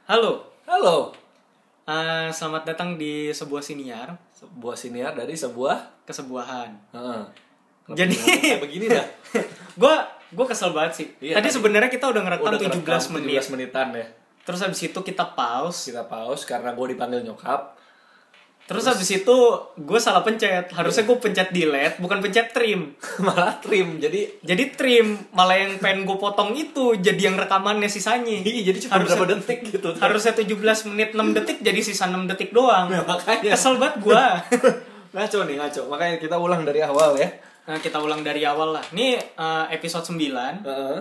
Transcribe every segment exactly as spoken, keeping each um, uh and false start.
Halo, Halo, uh, selamat datang di sebuah siniar, sebuah siniar dari sebuah kesebuahan. Heeh. Jadi kayak begini dah. gue gue kesel banget sih. Iya, tadi tadi sebenarnya kita udah ngerekam Udah tujuh belas kerekam menit. tujuh belas menitan ya. Terus habis itu kita pause. Kita pause karena gue dipanggil nyokap. Terus, Terus habis itu gue salah pencet. Harusnya gue pencet delete, bukan pencet trim. Malah trim. Jadi Jadi trim, malah yang pengen gue potong itu jadi yang rekamannya sisanya. Iya, jadi cuma Harusnya- berapa detik gitu. Harusnya tujuh belas menit enam detik jadi sisa enam detik doang. Nah, makanya Kesel banget gue. ngaco nih, ngaco. Makanya kita ulang dari awal ya. Nah, kita ulang dari awal lah. Ini uh, episode sembilan. Heeh.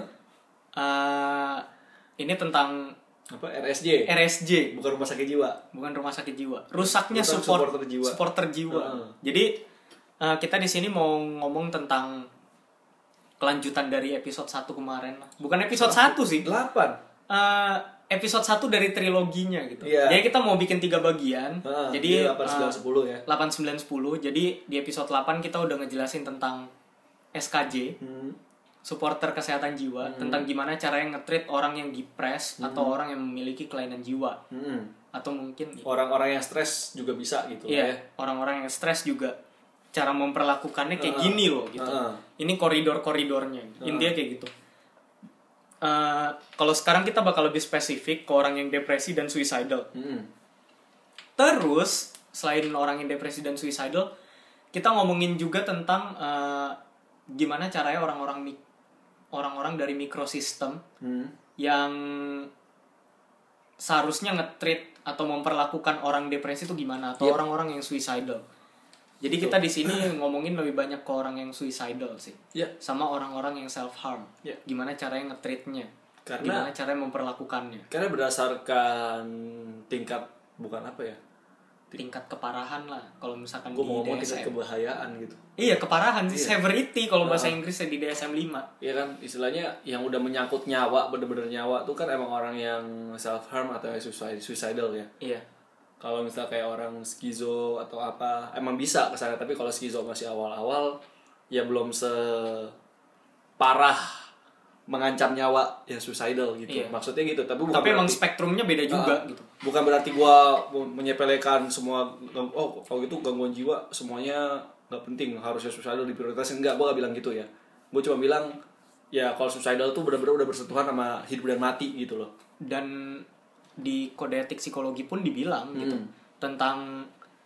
Uh, ini tentang Apa R S J? R S J, Bukan rumah sakit jiwa. bukan rumah sakit jiwa. Rusaknya Rusak support, supporter jiwa. supporter jiwa. Uh. Jadi uh, kita di sini mau ngomong tentang kelanjutan dari episode satu kemarin lah. Bukan episode satu sih. delapan. Uh, episode satu dari triloginya gitu. Iya. Jadi kita mau bikin tiga bagian. Heeh. Jadi delapan, sembilan, uh, sepuluh ya. delapan, sembilan, sepuluh. Jadi di episode delapan kita udah ngejelasin tentang S K J. Hmm. Supporter kesehatan jiwa, Hmm. tentang gimana caranya nge-treat orang yang depres Hmm. atau orang yang memiliki kelainan jiwa, Hmm. atau mungkin Orang-orang yang stres juga bisa gitu iya, ya. orang-orang yang stres juga cara memperlakukannya kayak Uh-uh. gini loh gitu. Uh-uh. Ini koridor-koridornya. Uh-uh. Intinya kayak gitu. Uh, kalau sekarang kita bakal lebih spesifik ke orang yang depresi dan suicidal. Hmm. Terus selain orang yang depresi dan suicidal, kita ngomongin juga tentang uh, gimana caranya orang-orang mi- orang-orang dari mikrosistem Hmm. yang seharusnya nge-treat atau memperlakukan orang depresi itu gimana, atau Yep. orang-orang yang suicidal. Jadi kita di sini ngomongin lebih banyak ke orang yang suicidal sih, Ya, sama orang-orang yang self harm. Ya. Gimana caranya nge-treatnya, Karena- gimana caranya memperlakukannya, karena berdasarkan tingkat bukan apa ya? tingkat keparahan lah. Kalau misalkan Gue di mau ngomong D S tingkat M, kebahayaan gitu. iya keparahan sih, Iya. severity kalau bahasa Nah. Inggrisnya di D S M lima. Iya kan, istilahnya yang udah menyangkut nyawa, bener-bener nyawa tuh kan emang orang yang self harm atau yang suicide, suicidal ya. Iya. Kalau misalnya kayak orang skizo atau apa, emang bisa kesana. Tapi kalau skizo masih awal-awal, ya belum separah mengancam nyawa yang suicidal gitu. Iya. Maksudnya gitu. Tapi bukan Tapi emang berarti- spektrumnya beda juga Ah, gitu. Bukan berarti gua menyepelekan semua, oh kalau gitu gangguan jiwa semuanya nggak penting, harusnya suicidal diprioritaskan. Enggak, gua gak bilang gitu ya. Gua cuma bilang ya kalau suicidal tuh benar-benar udah bersentuhan sama hidup dan mati gitu loh. Dan di kode etik psikologi pun dibilang gitu Hmm. tentang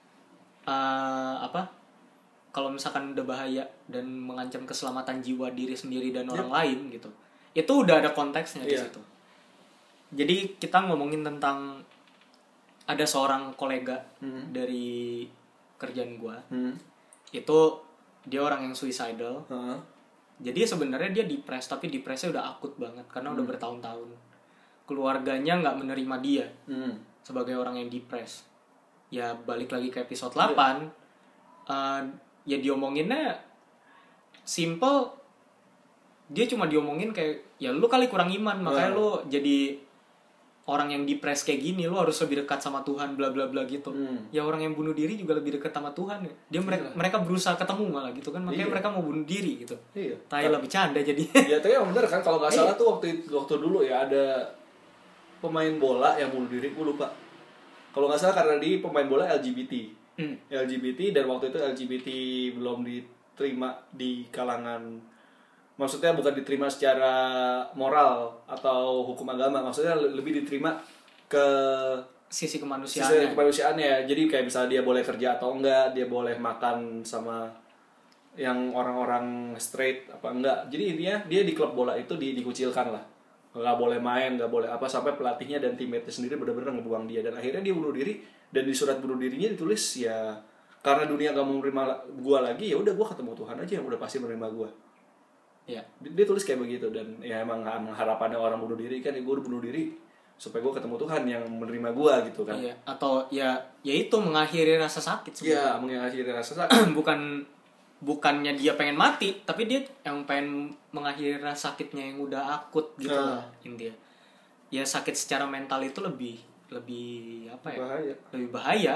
uh, apa, kalau misalkan udah bahaya dan mengancam keselamatan jiwa diri sendiri dan orang lain gitu, itu udah ada konteksnya di Iya. situ. Jadi kita ngomongin tentang ada seorang kolega Hmm. dari kerjaan gua, Hmm. itu dia orang yang suicidal. Heeh. Jadi sebenarnya dia depres, tapi depresnya udah akut banget karena udah bertahun-tahun. Keluarganya nggak menerima dia Hmm. sebagai orang yang depres. Ya balik lagi ke episode delapan, uh, ya diomonginnya simple. Dia cuma diomongin kayak, ya lu kali kurang iman, makanya Hmm. lu jadi orang yang depres kayak gini, lu harus lebih dekat sama Tuhan, bla bla bla gitu. Hmm. Ya orang yang bunuh diri juga lebih dekat sama Tuhan ya. Dia mereka Iya. mereka berusaha ketemu malah gitu kan, makanya Iya. mereka mau bunuh diri gitu. Iya. Tai lah bercanda jadi. Ya tapi emang bener kan, kalau nggak salah Iya. tuh waktu waktu dulu ya ada pemain bola yang bunuh diri, gue lupa. Kalau nggak salah karena dia pemain bola L G B T. Hmm. L G B T, dan waktu itu L G B T belum diterima di kalangan, maksudnya bukan diterima secara moral atau hukum agama, maksudnya lebih diterima ke Sisi sisi kemanusiaan. kemanusiaannya. Jadi kayak misalnya dia boleh kerja atau enggak, dia boleh makan sama yang orang-orang straight apa enggak. Jadi intinya dia di klub bola itu di, dikucilkan lah, nggak boleh main, nggak boleh apa, sampai pelatihnya dan teammate sendiri benar-benar ngebuang dia, dan akhirnya dia bunuh diri. Dan di surat bunuh dirinya ditulis ya, karena dunia gak mau menerima gua lagi, ya udah gua ketemu Tuhan aja yang udah pasti menerima gua. Ya. Dia, dia tulis kayak begitu. Dan ya emang, emang harapannya orang bunuh diri kan, ya gua udah bunuh diri supaya gua ketemu Tuhan yang menerima gua gitu kan. Iya, atau ya ya itu mengakhiri rasa sakit Iya, sebenarnya. mengakhiri rasa sakit. bukan bukannya dia pengen mati, tapi dia yang pengen mengakhiri rasa sakitnya yang udah akut gitu Ah. lah intinya. Ya sakit secara mental itu lebih lebih apa ya? Bahaya. Lebih bahaya.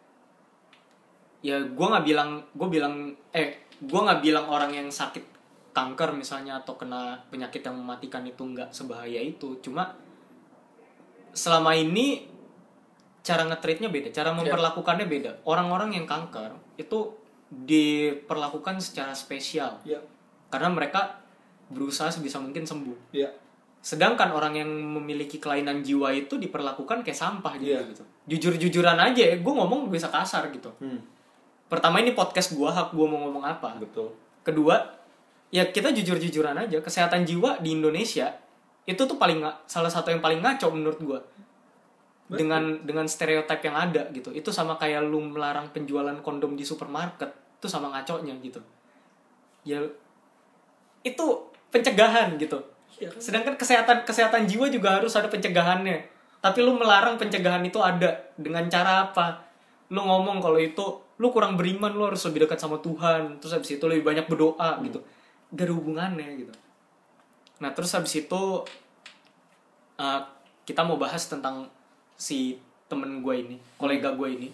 Ya gue nggak bilang, gue bilang eh gue nggak bilang orang yang sakit kanker misalnya atau kena penyakit yang mematikan itu nggak sebahaya itu. Cuma selama ini cara nge-treatnya beda, cara memperlakukannya beda. Orang-orang yang kanker itu diperlakukan secara spesial. Yeah. Karena mereka berusaha sebisa mungkin sembuh. Yeah. Sedangkan orang yang memiliki kelainan jiwa itu diperlakukan kayak sampah gitu. Yeah. gitu. Jujur-jujuran aja ya, gue ngomong bisa kasar gitu. Hmm. Pertama ini podcast gue, hak gue mau ngomong apa. Betul. Kedua, ya kita jujur-jujuran aja. Kesehatan jiwa di Indonesia itu tuh paling salah satu yang paling ngaco menurut gue. Dengan dengan stereotip yang ada gitu. Itu sama kayak lu melarang penjualan kondom di supermarket, itu sama ngaconya gitu. Ya itu pencegahan gitu. Ya, kan? Sedangkan kesehatan kesehatan jiwa juga harus ada pencegahannya. Tapi lu melarang pencegahan itu ada dengan cara apa? Lu ngomong kalau itu lu kurang beriman, lu harus lebih dekat sama Tuhan. Terus habis itu lebih banyak berdoa hmm. gitu. Gak ada hubungannya gitu. Nah, terus habis itu uh, kita mau bahas tentang si temen gue ini, kolega gue ini.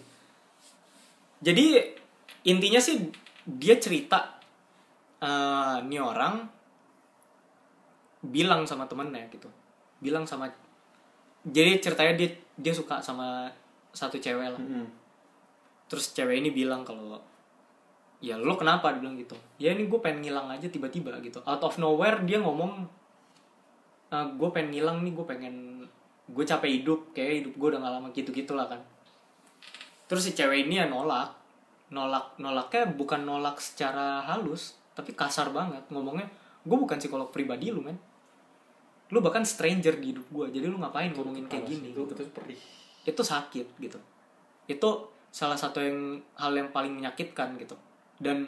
Jadi intinya sih dia cerita uh, nih orang bilang sama temennya gitu, bilang sama, jadi ceritanya dia dia suka sama satu cewek lah. Mm-hmm. Terus cewek ini bilang kalau ya lo kenapa, dia bilang gitu. Ya ini gue pengen ngilang aja tiba-tiba gitu, out of nowhere dia ngomong, uh, gue pengen ngilang nih, gue pengen, gue capek hidup, kayak hidup gue udah gak lama gitu-gitu lah kan. Terus si cewek ini ya nolak, nolak nolaknya bukan nolak secara halus, tapi kasar banget ngomongnya. Gue bukan psikolog pribadi lu men, lu bahkan stranger di hidup gue, jadi lu ngapain ngomongin kayak gini itu, gitu. itu, itu sakit gitu. Itu salah satu yang hal yang paling menyakitkan gitu. Dan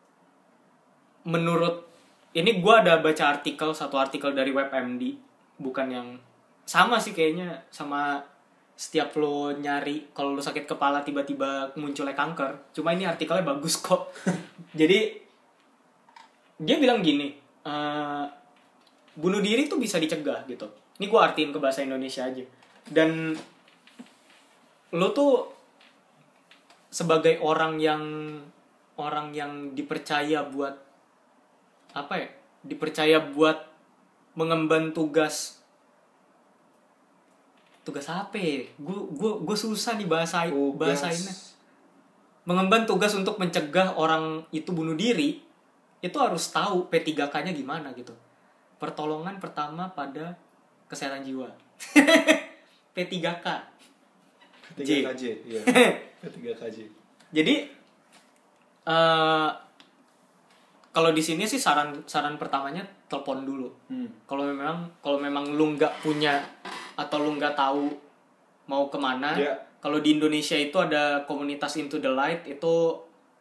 menurut ini gue ada baca artikel, satu artikel dari WebMD, bukan yang sama sih kayaknya sama setiap lo nyari kalau lo sakit kepala tiba-tiba munculnya kanker. Cuma ini artikelnya bagus kok. Jadi dia bilang gini, uh, bunuh diri tuh bisa dicegah gitu. Ini gue artiin ke bahasa Indonesia aja. Dan lo tuh sebagai orang yang orang yang dipercaya buat apa ya? Dipercaya buat mengemban tugas tugas apa ya? Gue gue gue susah nih bahasa bahasainnya. Mengemban tugas untuk mencegah orang itu bunuh diri, itu harus tahu P tiga K-nya gimana gitu. Pertolongan pertama pada kesehatan jiwa. P tiga K. P tiga K J, iya. P tiga K J. Jadi uh, kalau di sini sih saran saran pertamanya telepon dulu. Hmm. Kalau memang kalau memang lu nggak punya atau lu nggak tahu mau kemana, yeah. Kalau di Indonesia itu ada komunitas Into the Light, itu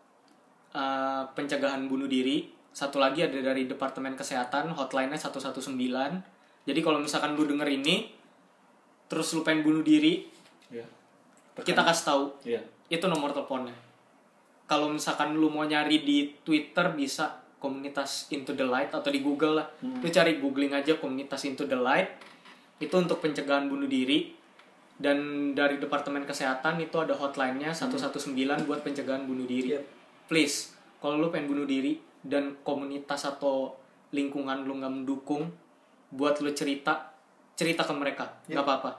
uh, pencegahan bunuh diri. Satu lagi ada dari Departemen Kesehatan, hotline-nya satu satu sembilan. Jadi kalau misalkan lu denger ini terus lu pengen bunuh diri, yeah. Kita kasih tahu. Yeah. Itu nomor teleponnya. Kalau misalkan lu mau nyari di Twitter bisa komunitas Into the Light, atau di Google lah. Hmm. Lu cari, googling aja komunitas Into the Light. Itu untuk pencegahan bunuh diri. Dan dari Departemen Kesehatan itu ada hotline-nya satu satu sembilan buat pencegahan bunuh diri. Yep. Please, kalau lu pengen bunuh diri dan komunitas atau lingkungan lu gak mendukung buat lu cerita, cerita ke mereka. Yep. Gak apa-apa.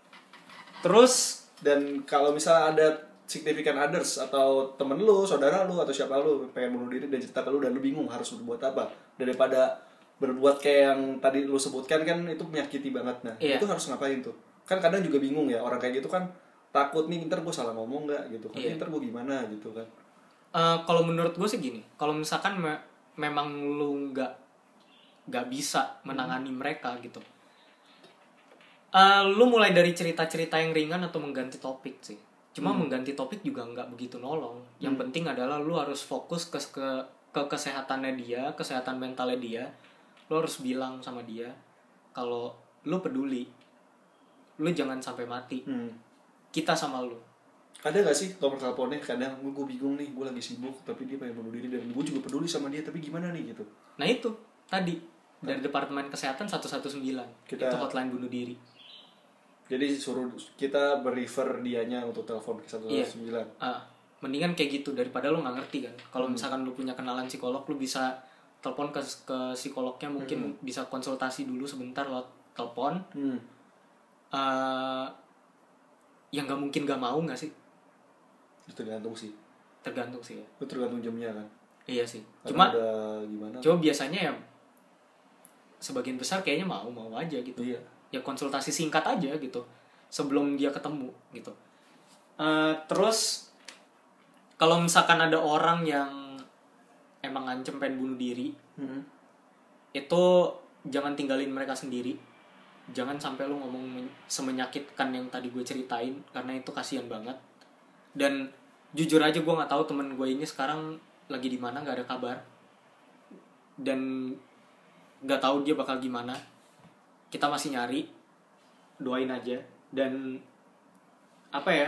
Terus, dan kalau misalnya ada significant others atau temen lu, saudara lu, atau siapa lu pengen bunuh diri dan cerita ke lu dan lu bingung harus berbuat apa, daripada berbuat kayak yang tadi lu sebutkan kan itu menyakiti banget. Nah, yeah. Itu harus ngapain tuh? Kan kadang juga bingung ya, orang kayak gitu kan takut nih ntar gue salah ngomong nggak gitu kan, yeah. Ntar gue gimana gitu kan. Uh, kalau menurut gue sih gini, kalau misalkan me- memang lu nggak nggak bisa menangani hmm. mereka gitu, uh, lu mulai dari cerita-cerita yang ringan atau mengganti topik sih. Cuma hmm. mengganti topik juga nggak begitu nolong. Yang hmm. penting adalah lu harus fokus ke ke ke kesehatannya dia, kesehatan mentalnya dia. Lu harus bilang sama dia kalau lu peduli, lu jangan sampai mati. Hmm. Kita sama lu. Ada nggak sih nomor teleponnya? Kadang gue, gue bingung nih, gue lagi sibuk tapi dia pengen bunuh diri dan gue juga peduli sama dia, tapi gimana nih gitu. Nah itu tadi dari Departemen Kesehatan satu satu sembilan. Kita, itu hotline bunuh diri. Jadi suruh kita berifer dianya untuk telepon ke satu satu sembilan. Iya. Uh, mendingan kayak gitu daripada lu nggak ngerti kan. Kalau hmm. misalkan lu punya kenalan psikolog, lu bisa telepon ke ke psikolognya, mungkin hmm. bisa konsultasi dulu sebentar lewat telepon. Hmm. uh, yang nggak mungkin nggak mau nggak sih? Itu tergantung sih. Tergantung sih ya. Itu tergantung jamnya kan. Iya sih. Karena Cuma udah gimana? Cuma biasanya ya sebagian besar kayaknya mau mau aja gitu. Iya. Ya konsultasi singkat aja gitu sebelum dia ketemu gitu. Uh, terus kalau misalkan ada orang yang emang ngancem pengen bunuh diri, hmm. itu jangan tinggalin mereka sendiri. Jangan sampai lu ngomong semenyakitkan yang tadi gue ceritain, karena itu kasihan banget. Dan jujur aja gue nggak tahu temen gue ini sekarang lagi di mana, nggak ada kabar. Dan nggak tahu dia bakal gimana. Kita masih nyari, doain aja. Dan apa ya?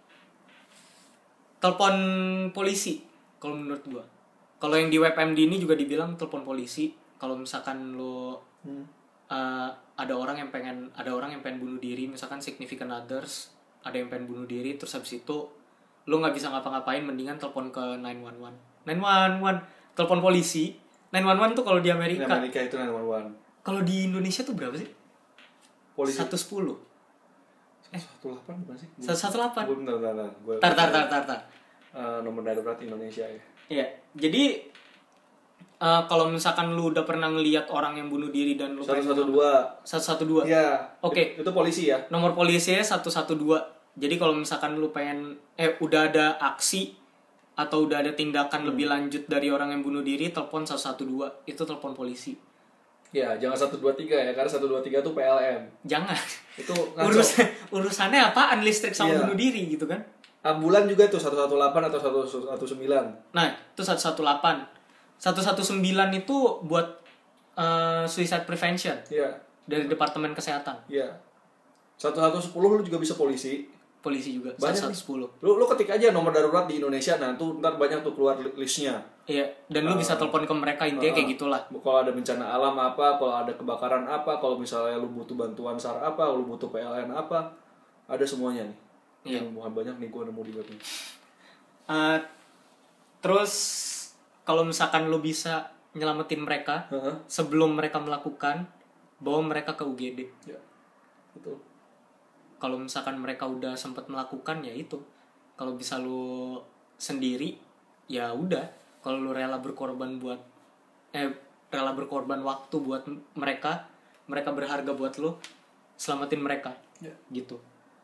Telepon polisi kalau menurut gue. Kalau yang di WebMD ini juga dibilang telepon polisi kalau misalkan lo hmm. uh, ada orang yang pengen ada orang yang pengen bunuh diri, misalkan significant others, ada yang pengen bunuh diri, terus habis itu lo nggak bisa ngapa-ngapain, mendingan telepon ke nine one one. nine one one telepon polisi. nine one one tuh kalau di Amerika. Di Amerika itu nine one one. Kalau di Indonesia tuh berapa sih? Polisi satu sepuluh. Eh, satu delapan bukan sih? satu satu delapan. Gue bentar, bentar, bentar. Tar, tar, tar, tar, tar. Uh, nomor darurat Indonesia ya. Iya, jadi uh, kalau misalkan lu udah pernah ngelihat orang yang bunuh diri dan lu satu satu dua. satu satu dua. Iya. Oke. Itu polisi ya. Nomor polisinya satu satu dua. Jadi kalau misalkan lu pengen eh udah ada aksi atau udah ada tindakan hmm. lebih lanjut dari orang yang bunuh diri, telepon satu satu dua. Itu telepon polisi. Ya, jangan satu dua tiga ya, karena satu dua tiga tuh P L M. Jangan. Itu Urus, urusannya apaan listrik sama iya. bunuh diri gitu kan? Ambulan juga tuh satu satu delapan atau satu satu sembilan. Nah, itu satu satu delapan. satu satu sembilan itu buat uh, suicide prevention. Iya. Dari Departemen Kesehatan. Iya. satu satu sepuluh lu juga bisa polisi. Polisi juga. Banyak satu satu sepuluh. Lu lu ketik aja nomor darurat di Indonesia, nah tuh ntar banyak tuh keluar listnya. Iya, dan lu uh, bisa telepon ke mereka, intinya uh, kayak gitulah. Kalau ada bencana alam apa, kalau ada kebakaran apa, kalau misalnya lu butuh bantuan S A R apa, lu butuh P L N apa, ada semuanya nih. Iya. Yang banyak nih gue nemu di webnya. Uh, terus kalau misalkan lu bisa nyelamatin mereka uh-huh. sebelum mereka melakukan, bawa mereka ke U G D. Ya, betul. Kalau misalkan mereka udah sempat melakukan, ya itu. Kalau bisa lu sendiri, ya udah. Kalau lu rela berkorban buat, eh rela berkorban waktu buat mereka, mereka berharga buat lu, selamatin mereka, ya. Gitu.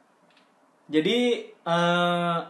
Jadi uh,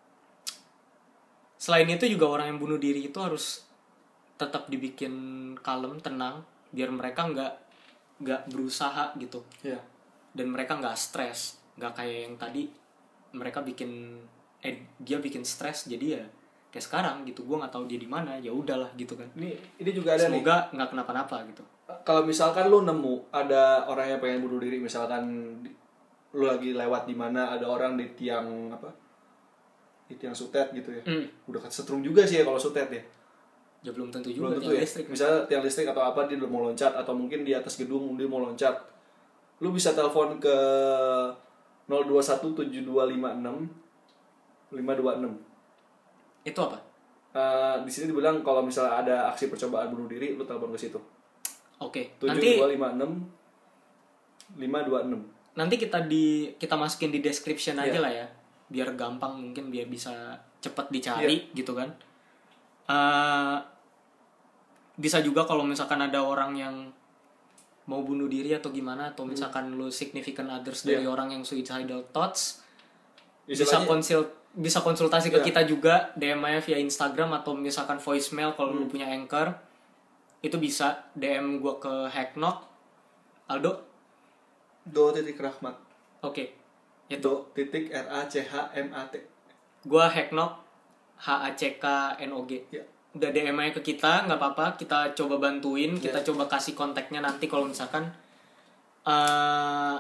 selain itu juga orang yang bunuh diri itu harus tetap dibikin kalem, tenang, biar mereka nggak nggak berusaha gitu. Ya. Dan mereka nggak stres. Nggak kayak yang tadi mereka bikin eh dia bikin stres, jadi ya kayak sekarang gitu, gue nggak tahu dia di mana, ya udahlah gitu kan. Ini ini juga ada. Semoga nggak kenapa-napa gitu. Kalau misalkan lu nemu ada orang yang pengen bunuh diri, misalkan lu lagi lewat di mana ada orang di tiang apa di tiang sutet gitu ya, mm. udah kesetrum juga sih ya kalau sutet ya. Ya belum tentu juga. Belum tentu ya. Listrik, misalnya tiang listrik atau apa, dia udah mau loncat, atau mungkin di atas gedung dia mau loncat, lu bisa telepon ke nol dua satu tujuh dua lima enam lima dua enam. Itu apa? Uh, di sini dibilang kalau misalnya ada aksi percobaan bunuh diri, lu telepon ke situ. Oke. Okay. tujuh dua lima enam lima dua enam. Nanti kita di kita masukin di description aja yeah. lah ya, biar gampang, mungkin biar bisa cepet dicari yeah. gitu kan. Uh, bisa juga kalau misalkan ada orang yang mau bunuh diri atau gimana, atau misalkan hmm. lu significant others yeah. dari orang yang suicidal thoughts, bisa konsul bisa konsultasi yeah. ke kita juga, D M aja via Instagram atau misalkan voicemail kalau hmm. lu punya Anchor. Itu bisa D M gua ke Hacknock Aldo Do titik Rahmat. Oke. Okay. Do titik R A C H M A T. Gua Hacknock H A C K N O G. Ya. Udah D M aja ke kita, nggak apa-apa, kita coba bantuin, ya. Kita coba kasih kontaknya nanti kalau misalkan uh,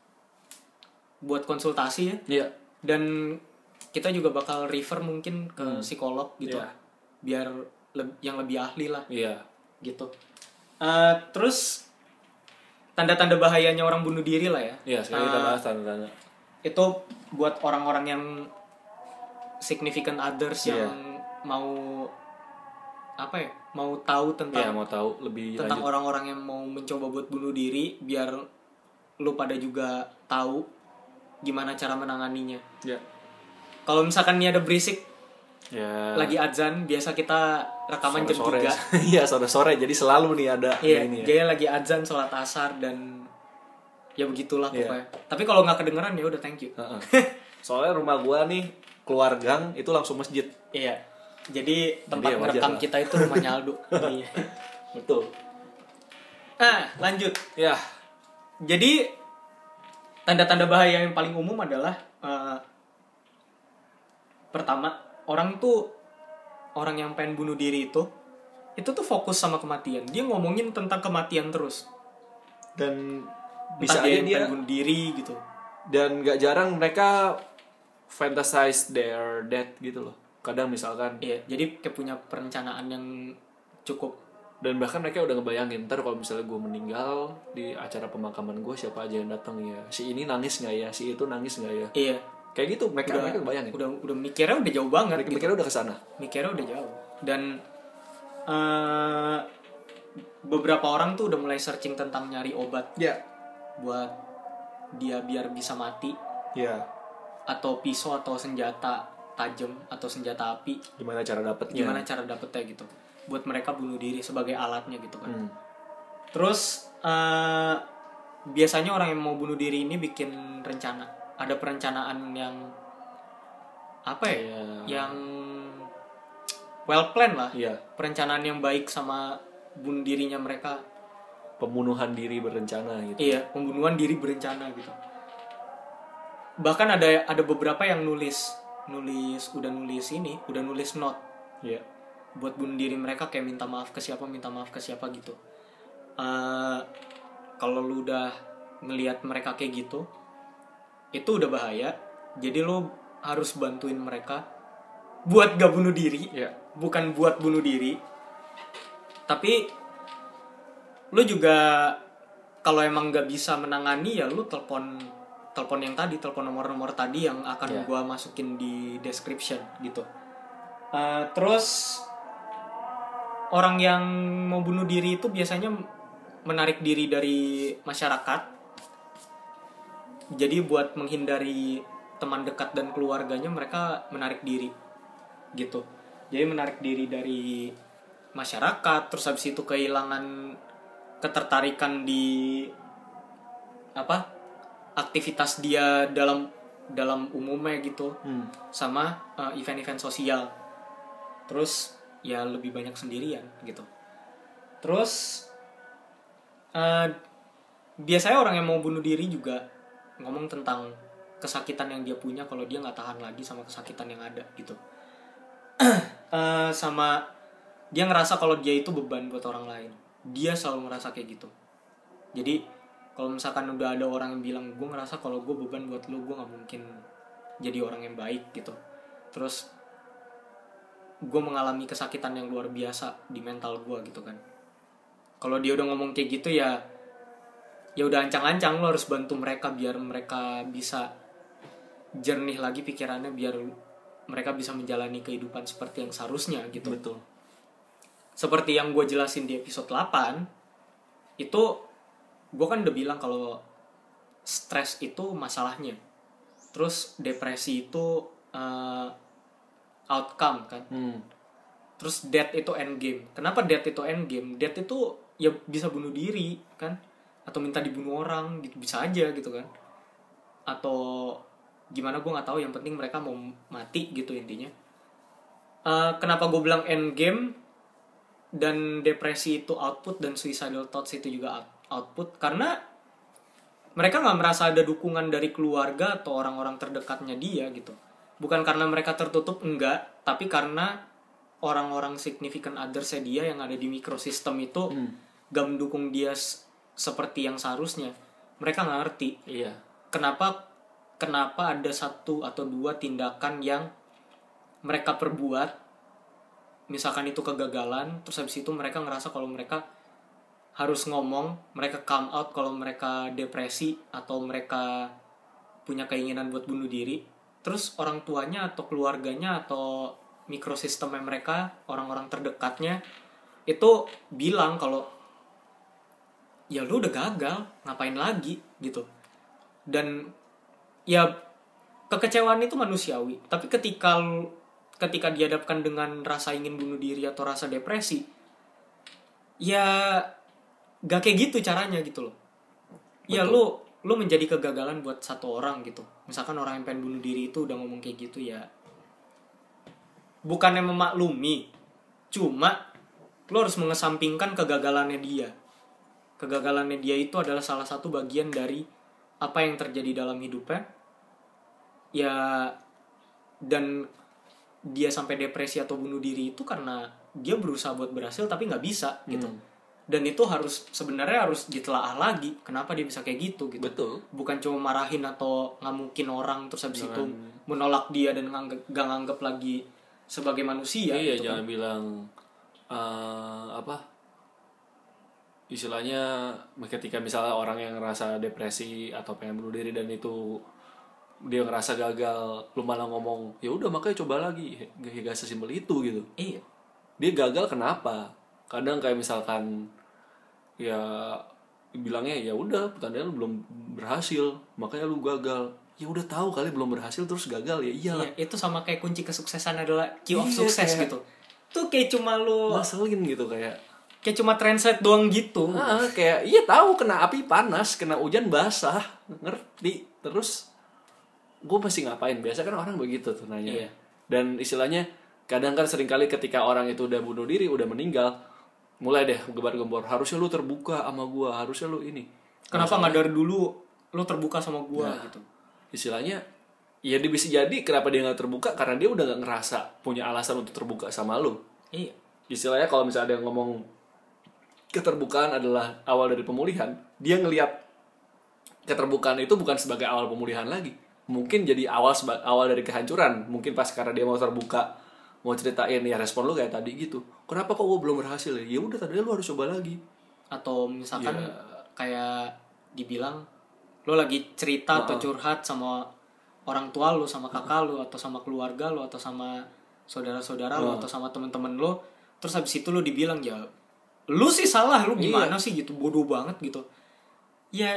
buat konsultasi ya. Iya. Dan kita juga bakal refer mungkin ke hmm. psikolog gitu. Ya. Biar le- yang lebih ahli lah. Iya. Gitu. Uh, terus tanda-tanda bahayanya orang bunuh diri lah ya. Iya, sekarang uh, kita bahas tanda-tanda. Itu buat orang-orang yang significant others yeah. yang mau apa ya? Mau tahu tentang yeah, mau tahu lebih tentang lanjut. Orang-orang yang mau mencoba buat bunuh diri, biar lu pada juga tahu gimana cara menanganinya. Ya. Kalau misalkan nih ada berisik Ya. lagi azan, biasa kita rekaman jam Sore-sore. tiga. Iya, sore-sore. Jadi selalu nih ada Iya, ini ya. jadi lagi azan sholat asar dan ya begitulah Iya. pokoknya. Tapi kalau nggak kedengeran ya udah thank you. Heeh. Soalnya rumah gua nih keluar gang itu langsung masjid. Iya. Jadi tempat Jadi ya wajar merekam lah. kita itu rumahnya Aldo. Iya. Betul. Ah, lanjut. Ya. Jadi tanda-tanda bahaya yang paling umum adalah uh, pertama, orang tuh orang yang pengen bunuh diri itu itu tuh fokus sama kematian. Dia ngomongin tentang kematian terus. Dan Bisa bisa dia aja dia pengen bunuh diri gitu. dan gak jarang mereka fantasize their death gitu loh. Kadang misalkan Iya, jadi kayak punya perencanaan yang cukup. dan bahkan mereka udah ngebayangin ntar kalau misalnya gue meninggal di acara pemakaman gue siapa aja yang datang ya, si ini nangis nggak ya, si itu nangis nggak ya, Iya, kayak gitu mereka udah mereka kebayangin, udah udah mikirnya udah jauh banget mereka gitu. mikirnya udah kesana. Mikirnya udah jauh. Dan eh, beberapa orang tuh udah mulai searching tentang nyari obat Ya, buat dia biar bisa mati, ya. atau pisau atau senjata tajam atau senjata api. Gimana cara dapetnya? Gimana cara dapetnya gitu. Buat mereka bunuh diri sebagai alatnya gitu kan. Hmm. Terus eh, biasanya orang yang mau bunuh diri ini bikin rencana. Ada perencanaan yang apa ya? Iya. Yang well planned lah. Iya. Perencanaan yang baik sama bunuh dirinya mereka. Pembunuhan diri berencana gitu. Iya, pembunuhan diri berencana gitu. Bahkan ada ada beberapa yang nulis nulis udah nulis ini, udah nulis note Iya. buat bunuh diri mereka, kayak minta maaf ke siapa, minta maaf ke siapa gitu. Uh, kalau lu udah ngelihat mereka kayak gitu, itu udah bahaya. Jadi lu harus bantuin mereka buat gak bunuh diri, Iya. bukan buat bunuh diri. Tapi lu juga kalau emang gak bisa menangani ya lu telepon telepon yang tadi, telepon nomor-nomor tadi yang akan Yeah. gua masukin di description gitu. Uh, terus orang yang mau bunuh diri itu biasanya menarik diri dari masyarakat. Jadi buat menghindari teman dekat dan keluarganya, mereka menarik diri gitu. Jadi menarik diri dari masyarakat, terus habis itu kehilangan ketertarikan di apa aktivitas dia dalam dalam umumnya gitu, Hmm. sama uh, event-event sosial. Terus ya lebih banyak sendirian gitu. Terus uh, biasanya orang yang mau bunuh diri juga ngomong tentang kesakitan yang dia punya kalau dia nggak tahan lagi sama kesakitan yang ada gitu. uh, sama dia ngerasa kalau dia itu beban buat orang lain. Dia selalu ngerasa kayak gitu. Jadi kalau misalkan udah ada orang yang bilang gue ngerasa kalau gue beban buat lu, gue nggak mungkin jadi orang yang baik gitu. Terus gue mengalami kesakitan yang luar biasa di mental gue gitu kan. Kalau dia udah ngomong kayak gitu ya, ya udah ancang-ancang lo harus bantu mereka biar mereka bisa jernih lagi pikirannya, biar mereka bisa menjalani kehidupan seperti yang seharusnya gitu. Betul. Seperti yang gue jelasin di episode delapan, itu gue kan udah bilang kalau stres itu masalahnya, terus depresi itu uh, outcome kan, Hmm. terus death itu end game. Kenapa death itu end game? Death itu ya bisa bunuh diri kan, atau minta dibunuh orang gitu, bisa aja gitu kan, atau gimana gue nggak tahu. Yang penting mereka mau mati gitu intinya. Uh, kenapa gue bilang end game dan depresi itu output dan suicidal thoughts itu juga output? Karena mereka nggak merasa ada dukungan dari keluarga atau orang-orang terdekatnya dia gitu. Bukan karena mereka tertutup, enggak, tapi karena orang-orang significant others-nya dia yang ada di mikrosistem itu hmm. gak mendukung dia s- seperti yang seharusnya. Mereka nggak ngerti. Iya. Kenapa kenapa ada satu atau dua tindakan yang mereka perbuat, misalkan itu kegagalan, terus habis itu mereka ngerasa kalau mereka harus ngomong, mereka come out kalau mereka depresi atau mereka punya keinginan buat bunuh diri. Terus orang tuanya atau keluarganya atau mikrosistemnya mereka, orang-orang terdekatnya itu bilang kalau ya lu udah gagal, ngapain lagi gitu. Dan ya kekecewaan itu manusiawi, tapi ketika ketika dihadapkan dengan rasa ingin bunuh diri atau rasa depresi, ya gak kayak gitu caranya gitu loh. Ya lu lu menjadi kegagalan buat satu orang gitu. Misalkan orang yang pengen bunuh diri itu udah ngomong kayak gitu, ya bukannya memaklumi, cuma lu harus mengesampingkan kegagalannya dia. Kegagalannya dia itu adalah salah satu bagian dari apa yang terjadi dalam hidupnya. Ya, dan dia sampai depresi atau bunuh diri itu karena dia berusaha buat berhasil tapi nggak bisa gitu. Hmm. Dan itu harus sebenarnya harus ditelaah lagi kenapa dia bisa kayak gitu gitu. Betul. Bukan cuma marahin atau ngamukin orang terus habis Jangan. itu menolak dia dan nganggep, gak nganggep lagi sebagai manusia. Iya, gitu jangan kan. bilang uh, apa istilahnya ketika misalnya orang yang ngerasa depresi atau pengen bunuh diri dan itu dia ngerasa gagal, lu malah ngomong ya udah makanya coba lagi. Gak sesimpel itu gitu. Iya. Dia gagal kenapa? Kadang kayak misalkan ya bilangnya ya udah pertandingan lu belum berhasil makanya lu gagal. Ya udah tahu kali belum berhasil terus gagal, ya iyalah. Iya, itu sama kayak kunci kesuksesan adalah key of iya, success kayak, gitu. Tuh kayak cuma lu ngeselin gitu kayak kayak cuma translate doang gitu. Ah, kayak iya tahu kena api panas, kena hujan basah, ngerti. Terus gue pasti ngapain? Biasa kan orang begitu tuh nanya. Iya. Dan istilahnya kadang kan sering kali ketika orang itu udah bunuh diri, udah meninggal, mulai deh gembar-gembor, harusnya lu terbuka sama gue, harusnya lu ini. Kenapa nggak dari dulu lu terbuka sama gue nah, gitu? Istilahnya ya dia bisa jadi kenapa dia nggak terbuka karena dia udah nggak ngerasa punya alasan untuk terbuka sama lu. Iya. Istilahnya kalau misalnya ada yang ngomong keterbukaan adalah awal dari pemulihan, dia ngelihat keterbukaan itu bukan sebagai awal pemulihan lagi, mungkin jadi awal seba- awal dari kehancuran. Mungkin pas karena dia mau terbuka, mau ceritain ya respon lu kayak tadi gitu, kenapa kok gue belum berhasil ya? Ya udah tadi lu harus coba lagi. Atau misalkan ya, kayak dibilang lu lagi cerita uh-uh. atau curhat sama orang tua lu, sama kakak uh-uh. lu, atau sama keluarga lu, atau sama saudara-saudara uh-uh. lu, atau sama temen-temen lu, terus habis itu lu dibilang ya lu sih salah, lu gimana iya. sih gitu, bodoh banget gitu. Ya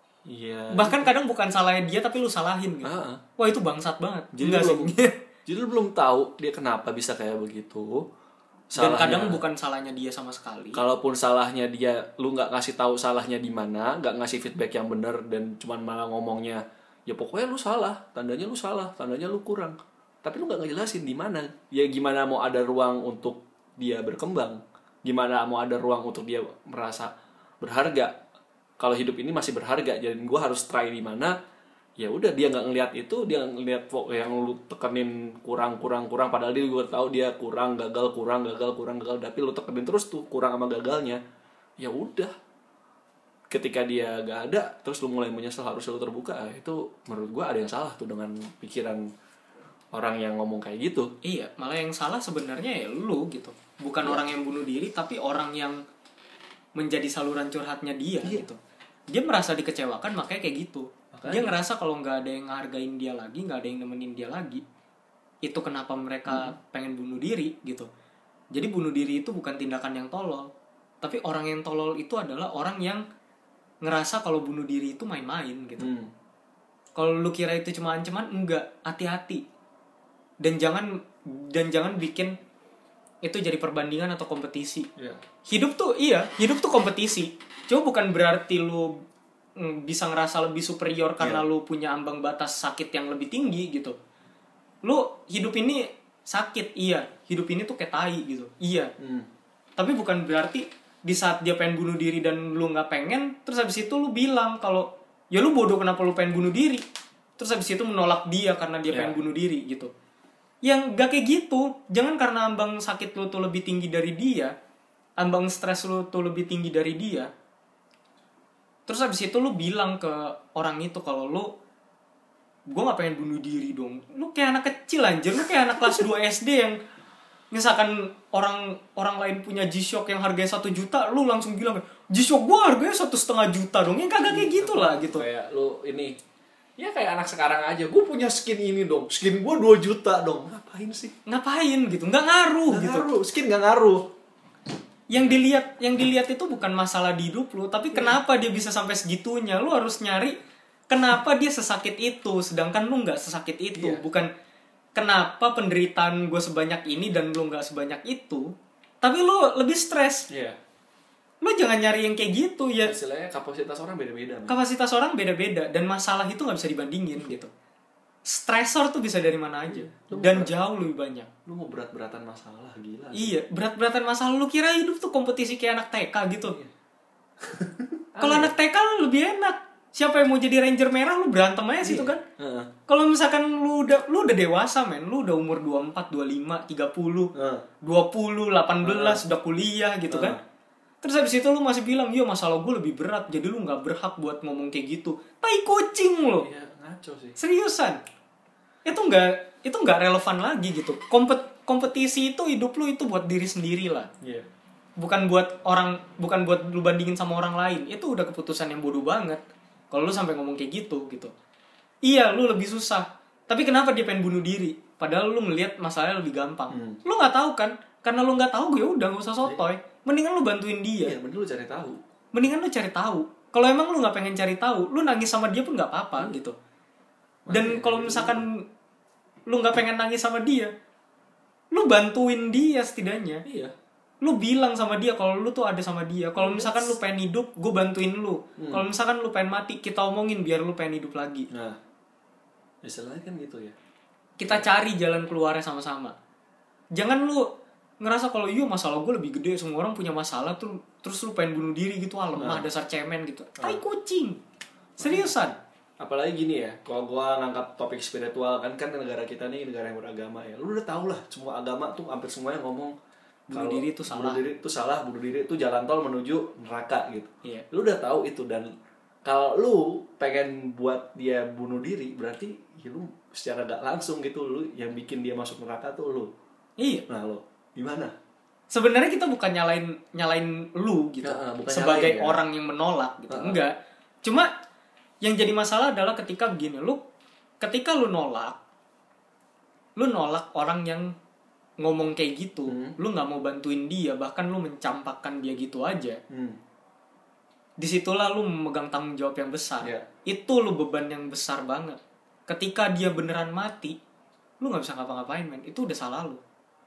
iya. Bahkan kadang bukan salahnya dia tapi lu salahin gitu. Uh-uh. Wah, itu bangsat banget. Jadi lu belum jadi lu belum tahu dia kenapa bisa kayak begitu. Salahnya, dan kadang bukan salahnya dia sama sekali. Kalaupun salahnya dia, lu nggak ngasih tahu salahnya di mana, nggak ngasih feedback yang benar dan cuman malah ngomongnya ya pokoknya lu salah, tandanya lu salah, tandanya lu kurang. Tapi lu nggak ngejelasin di mana. Ya gimana mau ada ruang untuk dia berkembang? Gimana mau ada ruang untuk dia merasa berharga kalau hidup ini masih berharga? Jadi gue harus try di mana? Ya udah, dia nggak ngelihat itu, dia ngelihat yang lu tekenin kurang kurang kurang padahal dia gue tahu dia kurang, gagal kurang gagal kurang gagal tapi lu tekenin terus tuh kurang sama gagalnya. Ya udah, ketika dia gak ada terus lu mulai menyesal harus lu terbuka, itu menurut gue ada yang salah tuh dengan pikiran orang yang ngomong kayak gitu. Iya, malah yang salah sebenarnya ya lu gitu. Bukan ya. Orang yang bunuh diri, tapi orang yang menjadi saluran curhatnya dia iya. gitu. Dia merasa dikecewakan makanya kayak gitu. Makanya. Dia ngerasa kalau nggak ada yang ngehargain dia lagi, nggak ada yang nemenin dia lagi. Itu kenapa mereka hmm. pengen bunuh diri gitu. Jadi bunuh diri itu bukan tindakan yang tolol. Tapi orang yang tolol itu adalah orang yang ngerasa kalau bunuh diri itu main-main gitu. Hmm. Kalau lu kira itu cuma ancaman, enggak, hati-hati. Dan jangan dan jangan bikin itu jadi perbandingan atau kompetisi. Yeah. Hidup tuh iya, hidup tuh kompetisi. Cuma bukan berarti lu bisa ngerasa lebih superior karena yeah. lu punya ambang batas sakit yang lebih tinggi gitu. Lu hidup ini sakit, iya. Hidup ini tuh kayak tai gitu, iya. Mm. Tapi bukan berarti di saat dia pengen bunuh diri dan lu nggak pengen, terus habis itu lu bilang kalau ya lu bodoh kenapa lu pengen bunuh diri. Terus habis itu menolak dia karena dia yeah. pengen bunuh diri gitu. Yang gak kayak gitu. Jangan karena ambang sakit lu tuh lebih tinggi dari dia, ambang stres lu tuh lebih tinggi dari dia, terus habis itu lu bilang ke orang itu kalau lu, gue gak pengen bunuh diri dong. Lu kayak anak kecil anjir. Lu kayak anak kelas dua S D yang misalkan orang orang lain punya G-Shock yang harganya satu juta, lu langsung bilang G-Shock gue harganya satu setengah juta dong. Ya kagak kayak gitu lah gitu. Kayak lu ini, ya kayak anak sekarang aja, gue punya skin ini dong, skin gue dua juta dong. Ngapain sih? Ngapain gitu, nggak ngaruh gak gitu. Ngaruh. Skin nggak ngaruh. Yang dilihat yang dilihat itu bukan masalah di hidup lu, tapi kenapa dia bisa sampai segitunya. Lu harus nyari kenapa dia sesakit itu, sedangkan lu nggak sesakit itu. Iya. Bukan kenapa penderitaan gue sebanyak ini dan lu nggak sebanyak itu, tapi lu lebih stres. Iya. Lu jangan nyari yang kayak gitu ya. Istilahnya kapasitas orang beda-beda. Man. Kapasitas orang beda-beda dan masalah itu nggak bisa dibandingin gitu. Stresor tuh bisa dari mana aja Lu dan berat. jauh lebih banyak. Lu mau berat-beratan masalah gila. Iya, berat-beratan masalah. Lu kira hidup tuh kompetisi kayak anak T K gitu? Iya. Kalau anak T K lu lebih enak. Siapa yang mau jadi ranger merah lu berantem aja situ kan? Heeh. Kalau misalkan lu udah lu udah dewasa men, lu udah umur dua puluh empat, dua puluh lima, tiga puluh, Heeh. dua puluh, delapan belas udah kuliah gitu kan? Terus habis itu lu masih bilang, "Yo, masalah gue lebih berat." Jadi lu enggak berhak buat ngomong kayak gitu. Tai kucing lu. Iya, ngaco sih. Seriusan. Itu enggak itu enggak relevan lagi gitu. Kompet kompetisi itu hidup lu itu buat diri sendiri lah. Iya. Bukan buat orang, bukan buat lu bandingin sama orang lain. Itu udah keputusan yang bodoh banget. Kalau lu sampai ngomong kayak gitu gitu. Iya, lu lebih susah. Tapi kenapa dia pengen bunuh diri? Padahal lu ngelihat masalahnya lebih gampang. Hmm. Lu nggak tahu kan? Karena lu nggak tahu, ya udah nggak usah sotoy. Mendingan lu bantuin dia. Iya, mending lu cari tahu. Mendingan lu cari tahu. Kalau emang lu nggak pengen cari tahu, lu nangis sama dia pun nggak apa-apa gitu. Dan kalau misalkan lu nggak pengen nangis sama dia, lu bantuin dia setidaknya. Iya. Lu bilang sama dia kalau lu tuh ada sama dia. Kalau misalkan lu pengen hidup, gue bantuin lu. Hmm. Kalau misalkan lu pengen mati, kita omongin biar lu pengen hidup lagi. Nah, istilahnya kan gitu ya. Kita cari jalan keluarnya sama-sama. Jangan lu ngerasa kalau iya masalah gue lebih gede, semua orang punya masalah tuh, terus lu pengen bunuh diri gitu, ah lemah, Nah. dasar cemen gitu. Tai kucing. Seriusan. Apalagi gini ya, kalau gua ngangkat topik spiritual kan kan negara kita nih negara yang beragama ya. Lu udah tau lah, semua agama tuh hampir semuanya ngomong Bunuh kalau diri itu salah. Bunuh diri itu salah, bunuh diri itu jalan tol menuju neraka gitu. Iya. Lu udah tahu itu dan kalau lu pengen buat dia bunuh diri berarti ya lu secara gak langsung gitu lu yang bikin dia masuk neraka tuh lu. Iya. Nah, lo gimana? Sebenarnya kita bukan nyalain nyalain lu gitu. Ya, bukan sebagai nyalain, ya. orang yang menolak gitu. Uh-uh. Enggak. Cuma yang jadi masalah adalah ketika begini, lu ketika lu nolak lu nolak orang yang ngomong kayak gitu, Hmm. lu nggak mau bantuin dia, bahkan lu mencampakkan dia gitu aja. Hmm. Disitulah lu memegang tanggung jawab yang besar. Yeah. Itu lu beban yang besar banget. Ketika dia beneran mati, lu nggak bisa ngapa-ngapain men. Itu udah salah lu.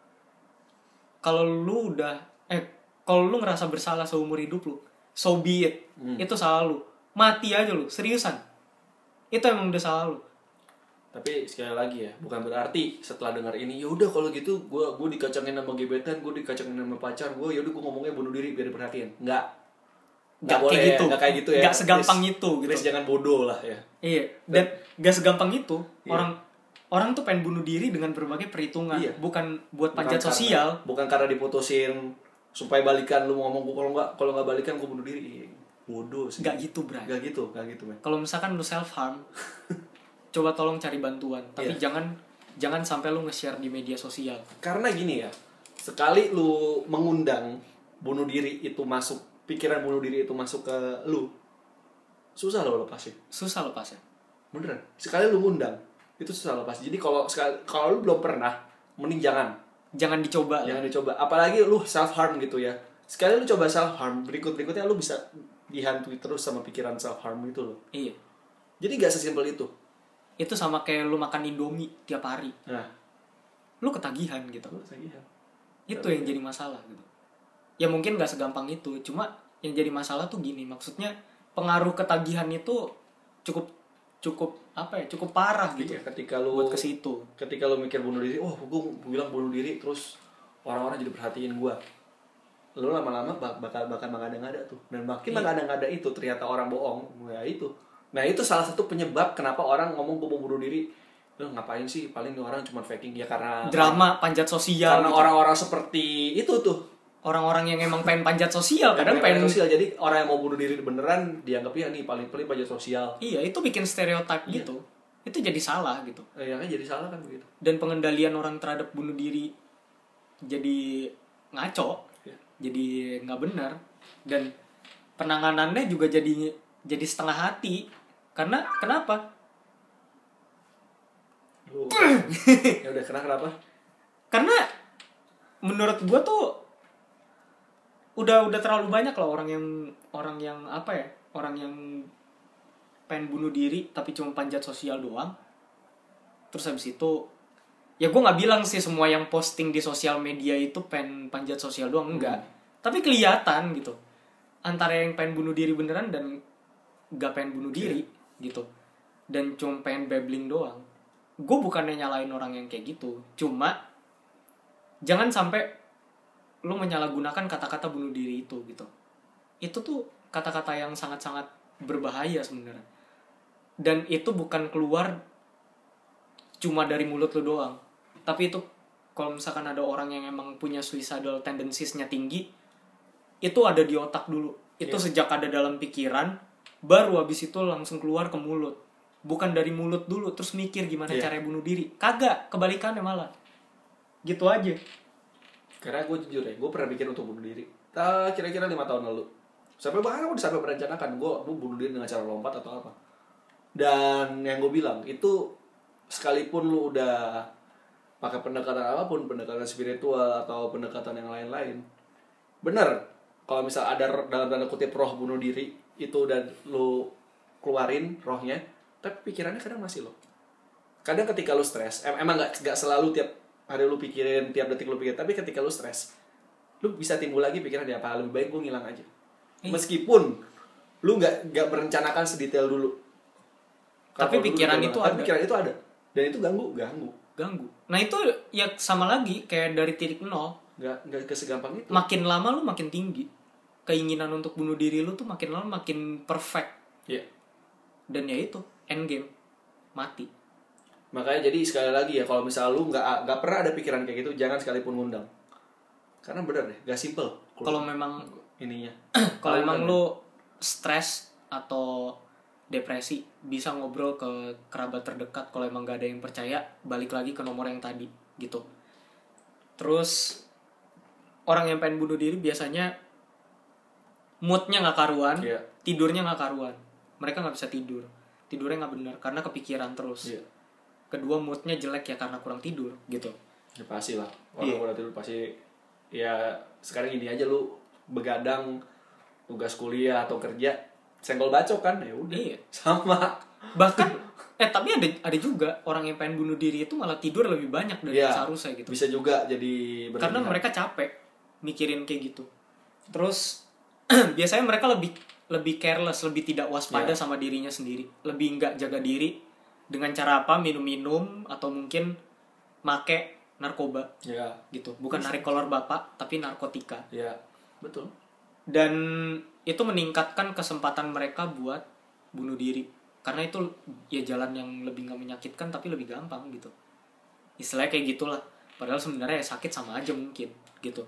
Kalau lu udah eh kalau lu ngerasa bersalah seumur hidup lu, so be it. Hmm. Itu salah lu. Mati aja lu, seriusan. Itu emang udah salah lu. Tapi sekali lagi ya, bukan berarti setelah dengar ini, ya udah kalau gitu gue gue dikacangin sama gebetan, gue dikacangin sama pacar, gue ya udah gue ngomongnya bunuh diri biar diperhatiin. Enggak. Nggak boleh kayak gitu. ya, nggak kayak gitu ya. Nggak segampang Please, itu gitu. please jangan bodoh lah ya. Iya, dan gak segampang itu. Iya. Orang orang tuh pengen bunuh diri dengan berbagai perhitungan, Iya. bukan buat Bukan panjat karena- sosial. Bukan karena diputusin supaya balikan, lu ngomong gue kalau nggak kalau nggak balikan gue bunuh diri. Bodoh sih. Gak gitu, Bray. Gak gitu, gak gitu men. Kalau misalkan lu self harm, coba tolong cari bantuan, tapi Iya. jangan jangan sampai lu nge-share di media sosial. Karena gini ya, sekali lu mengundang bunuh diri itu masuk, pikiran bunuh diri itu masuk ke lu, susah lo lepasin. Susah lepasnya. Beneran. Sekali lu ngundang, itu susah lepas. Jadi kalau sekali kalau lu belum pernah, mending jangan. Jangan dicoba. Jangan dicoba. Apalagi lu self harm gitu ya. Sekali lu coba self harm, berikut-berikutnya lu bisa dihantui terus sama pikiran self harm itu loh. Iya. Jadi gak sesimpel itu. Itu sama kayak lu makan Indomie tiap hari. Nah, Lu ketagihan gitu. lu ketagihan. Itu yang jadi masalah gitu. Ya mungkin gak segampang itu, cuma yang jadi masalah tuh gini, maksudnya pengaruh ketagihan itu cukup cukup apa ya? Cukup parah gitu. Iya, ketika lu Buat ke situ. ketika lu mikir bunuh diri, oh gue bilang bunuh diri terus orang-orang jadi perhatiin gue. Lu lama-lama bak- bakal bakal mengada-ngada tuh. Dan makin Iya. mengada-ngada itu ternyata orang bohong. Ya itu. Nah, itu salah satu penyebab kenapa orang ngomong gue mau bunuh diri. Lu ngapain sih? Paling nih orang cuma faking ya karena Drama panjat sosial. karena gitu. orang-orang seperti itu tuh. Orang-orang yang emang pengen panjat sosial, kadang pengen sosial. Jadi orang yang mau bunuh diri beneran dianggapnya nih paling paling panjat sosial. iya, itu bikin stereotip Iya. gitu. Itu jadi salah gitu. Eh, ya kan jadi salah kan begitu. Dan pengendalian orang terhadap bunuh diri jadi ngaco, Iya. jadi nggak benar, dan penanganannya juga jadi jadi setengah hati. Karena kenapa? Lu, ya udah kenapa kenapa? Karena menurut gua tuh udah udah terlalu banyak loh orang yang orang yang apa ya orang yang pengen bunuh diri tapi cuma panjat sosial doang. Terus habis itu ya gue nggak bilang sih semua yang posting di sosial media itu pengen panjat sosial doang, enggak. Hmm. Tapi kelihatan gitu antara yang pengen bunuh diri beneran dan nggak pengen bunuh diri yeah. gitu, dan cuma pengen babbling doang. Gue bukannya nyalain orang yang kayak gitu, cuma jangan sampai lu menyalahgunakan kata-kata bunuh diri itu gitu. Itu tuh kata-kata yang sangat-sangat berbahaya sebenarnya. Dan itu bukan keluar cuma dari mulut lu doang. Tapi itu kalau misalkan ada orang yang emang punya suicidal tendencies-nya tinggi, itu ada di otak dulu. Itu yeah. sejak ada dalam pikiran, baru habis itu langsung keluar ke mulut. Bukan dari mulut dulu terus mikir gimana yeah. cara bunuh diri. Kagak, kebalikannya malah. Gitu aja. Karena gue jujur ya, gue pernah pikir untuk bunuh diri. Uh, kira-kira lima tahun lalu. Sampai bahkan gue sampai merencanakan gue mau bunuh diri dengan cara lompat atau apa. Dan yang gue bilang itu sekalipun lu udah pakai pendekatan apapun, pendekatan spiritual atau pendekatan yang lain-lain, bener kalau misal ada dalam tanda kutip roh bunuh diri itu udah lu keluarin rohnya, tapi pikirannya kadang masih lo. Kadang ketika lu stres, em- emang nggak nggak selalu tiap hari lu pikirin, tiap detik lu pikirin, tapi ketika lu stres, lu bisa timbul lagi pikiran dia apa lebih baik gue ngilang aja. Meskipun lu nggak nggak merencanakan sedetail dulu. Tapi pikiran itu ada. Pikiran itu ada. Dan itu ganggu, ganggu. Ganggu. Nah itu ya sama lagi kayak dari titik nol. Nggak nggak kesegampang itu. Makin lama lu makin tinggi. Keinginan untuk bunuh diri lu tuh makin lama makin perfect. Iya. Yeah. Dan ya itu end game mati. Makanya jadi sekali lagi ya kalau misal lu nggak nggak pernah ada pikiran kayak gitu, jangan sekalipun ngundang. Karena bener deh, nggak simple. Kalau memang ininya. Kalau emang lu stres atau depresi, bisa ngobrol ke kerabat terdekat. Kalau emang gak ada yang percaya, balik lagi ke nomor yang tadi gitu. Terus orang yang pengen bunuh diri biasanya moodnya gak karuan, yeah. tidurnya gak karuan. Mereka gak bisa tidur, tidurnya gak benar karena kepikiran terus. yeah. Kedua, moodnya jelek ya karena kurang tidur gitu. Ya pasti lah, orang yeah. kurang tidur pasti. Ya sekarang ini aja lu begadang tugas kuliah atau kerja, senggol bacok kan, ya udah iya. sama. Bahkan eh tapi ada ada juga orang yang pengen bunuh diri itu malah tidur lebih banyak dari ya, seharusnya gitu. Bisa juga jadi berlebihan. Karena mereka capek mikirin kayak gitu. Terus biasanya mereka lebih lebih careless, lebih tidak waspada ya. sama dirinya sendiri, lebih nggak jaga diri dengan cara apa, minum-minum atau mungkin make narkoba. Ya. Gitu. Bukan narik kolor bapak, tapi narkotika. Ya, betul. Dan itu meningkatkan kesempatan mereka buat bunuh diri. Karena itu ya jalan yang lebih gak menyakitkan tapi lebih gampang gitu. Istilahnya kayak gitulah. Padahal sebenarnya ya sakit sama aja mungkin gitu.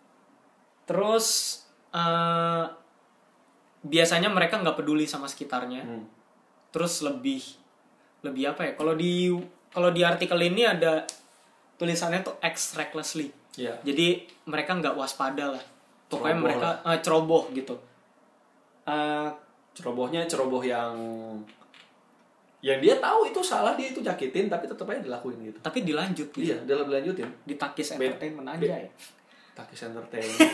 Terus uh, biasanya mereka gak peduli sama sekitarnya. Hmm. Terus lebih lebih apa ya? Kalau di kalau di artikel ini ada tulisannya tuh act recklessly. Yeah. Jadi mereka gak waspada lah. Pokoknya ceroboh mereka uh, ceroboh gitu. Uh, cerobohnya ceroboh yang yang dia tahu itu salah, dia itu nyakitin tapi tetap aja dilakuin gitu. Tapi dilanjut gitu. Iya, dia dilanjutin. Di Takis Entertainment aja ya. Takis Entertainment.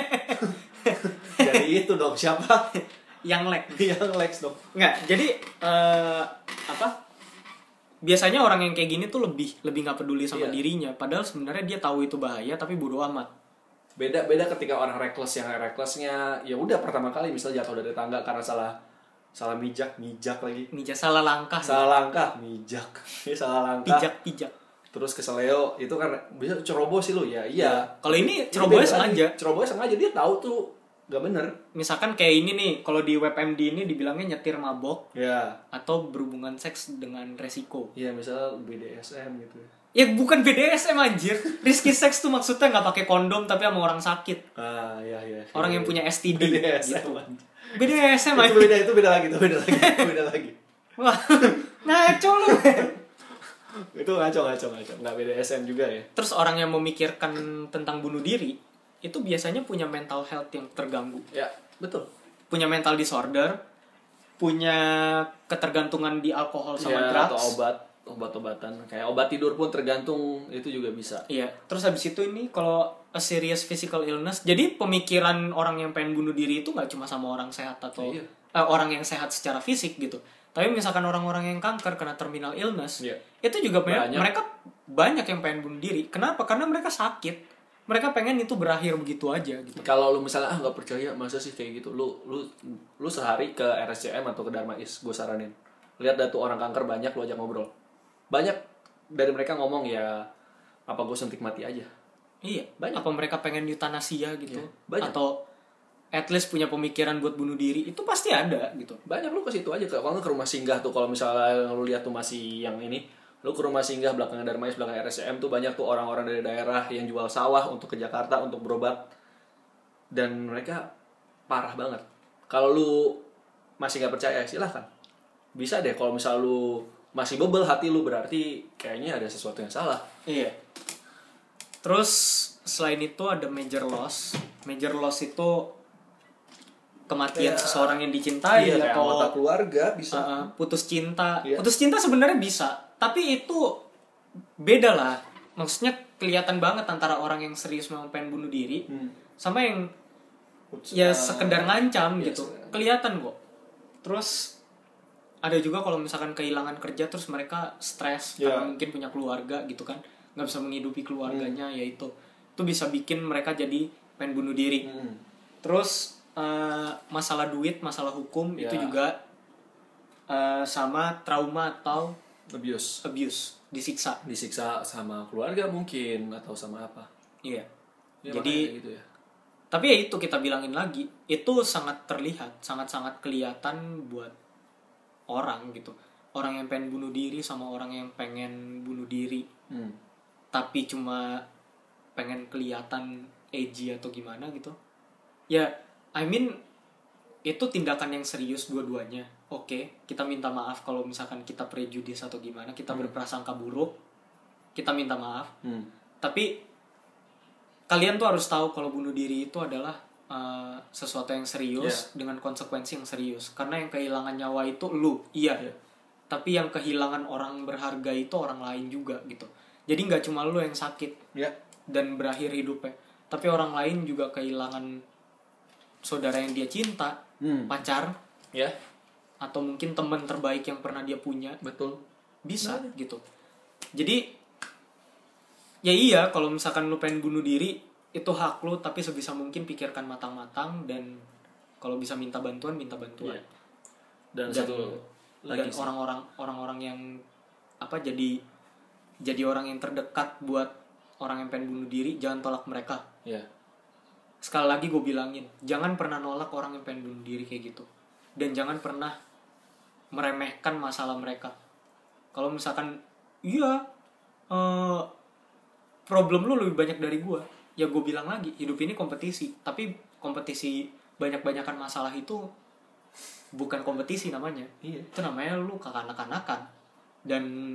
Jadi itu dong siapa? Yang Lex. Yang Lex dong. Enggak, jadi uh, apa? Biasanya orang yang kayak gini tuh lebih lebih nggak peduli sama iya. dirinya. Padahal sebenarnya dia tahu itu bahaya tapi bodo amat. Beda beda ketika orang reckless, yang recklessnya ya udah pertama kali misalnya jatuh dari tangga karena salah salah mijak mijak lagi mijak salah langkah salah langkah mijak ya salah langkah pijak pijak terus keseleo itu kan bisa ceroboh sih lu ya iya ya. Kalau ini cerobohnya sengaja cerobohnya sengaja dia tahu tuh nggak bener. Misalkan kayak ini nih, kalau di web M D ini dibilangnya nyetir mabok ya. Atau berhubungan seks dengan resiko. Iya, misal B D S M gitu. Ya bukan B D S M anjir. Risky sex tuh maksudnya nggak pakai kondom tapi sama orang sakit. Ah iya iya. Orang iya, yang punya S T D. B D S M. Gitu. B D S M itu beda itu beda lagi, itu beda lagi, itu beda lagi. Wah, ngaco lu. Itu ngaco ngaco ngaco. Nggak B D S M juga ya. Terus orang yang memikirkan tentang bunuh diri itu biasanya punya mental health yang terganggu. Ya, betul. Punya mental disorder, punya ketergantungan di alkohol sama ya, drugs atau obat obat-obatan kayak obat tidur pun tergantung itu juga bisa. Iya, terus habis itu ini kalau a serious physical illness, jadi pemikiran orang yang pengen bunuh diri itu nggak cuma sama orang sehat atau Iya. eh, orang yang sehat secara fisik gitu. Tapi misalkan orang-orang yang kanker kena terminal illness, Iya. itu juga banyak, Banyak. mereka banyak yang pengen bunuh diri. Kenapa? Karena mereka sakit. Mereka pengen itu berakhir begitu aja gitu. Kalau lu misalnya ah nggak percaya masa sih kayak gitu, lu lu lu sehari ke R S C M atau ke Darmais, gue saranin lihat dah tuh orang kanker banyak, lu ajak ngobrol. Banyak dari mereka ngomong ya apa gue suntik mati aja. Iya, Banyak. apa mereka pengen eutanasia gitu, Iya, banyak. atau at least punya pemikiran buat bunuh diri, itu pasti ada gitu. Banyak, lu ke situ aja, kalau nggak ke rumah singgah tuh, kalau misalnya lu lihat tuh masih yang ini, lu ke rumah singgah belakang Darmais, belakang R S C M tuh banyak tuh orang-orang dari daerah yang jual sawah untuk ke Jakarta untuk berobat, dan mereka parah banget. Kalau lu masih nggak percaya silahkan, bisa deh. Kalau misal lu masih bebel hati lu, berarti kayaknya ada sesuatu yang salah. Iya. Terus selain itu ada major loss. Major loss itu kematian Ya, seseorang yang dicintai iya, kayak atau anggota keluarga bisa. uh, putus cinta. Iya. Putus cinta sebenarnya bisa, tapi itu beda lah. Maksudnya kelihatan banget antara orang yang serius memang pengen bunuh diri Hmm. sama yang Putus- ya uh, sekedar ngancam iya, gitu. sekedar. Kelihatan kok. Terus ada juga kalau misalkan kehilangan kerja terus mereka stres Iya. karena mungkin punya keluarga gitu kan, nggak bisa menghidupi keluarganya, ya itu itu bisa bikin mereka jadi pengen bunuh diri. Hmm. Terus uh, masalah duit, masalah hukum Ya. itu juga uh, sama trauma atau Abuse, abuse, disiksa. disiksa sama keluarga mungkin atau sama apa. Iya. Ya, Jadi makanya gitu ya. tapi ya itu kita bilangin lagi, itu sangat terlihat, sangat-sangat kelihatan buat orang gitu. Orang yang pengen bunuh diri sama orang yang pengen bunuh diri Hmm. tapi cuma pengen kelihatan edgy atau gimana gitu. Ya, I mean itu tindakan yang serius dua-duanya. Oke, kita minta maaf kalau misalkan kita prejudis atau gimana, kita Hmm. berprasangka buruk. Kita minta maaf. Hmm. Tapi kalian tuh harus tahu kalau bunuh diri itu adalah uh, sesuatu yang serius dengan konsekuensi yang serius. Karena yang kehilangan nyawa itu lu, iya. Yeah. Tapi yang kehilangan orang berharga itu orang lain juga gitu. Jadi nggak cuma lu yang sakit Ya. dan berakhir hidupnya, tapi orang lain juga kehilangan saudara yang dia cinta, Hmm. pacar, Ya. atau mungkin teman terbaik yang pernah dia punya. Betul. Bisa Nah. gitu. Jadi ya iya, kalau misalkan lu pengen bunuh diri itu hak lu, tapi sebisa mungkin pikirkan matang-matang, dan kalau bisa minta bantuan, minta bantuan. Iya. Dan, Dan, satu dan lagi sih. orang-orang orang-orang yang apa jadi jadi orang yang terdekat buat orang yang pengen bunuh diri, jangan tolak mereka. Ya. Sekali lagi gue bilangin, jangan pernah nolak orang yang pengen bunuh diri kayak gitu, dan jangan pernah meremehkan masalah mereka. Kalau misalkan iya uh, problem lu lebih banyak dari gue, ya gue bilang lagi, hidup ini kompetisi. Tapi kompetisi banyak-banyakan masalah itu bukan kompetisi namanya. Iya. Itu namanya lu kekanak-kanakan. Dan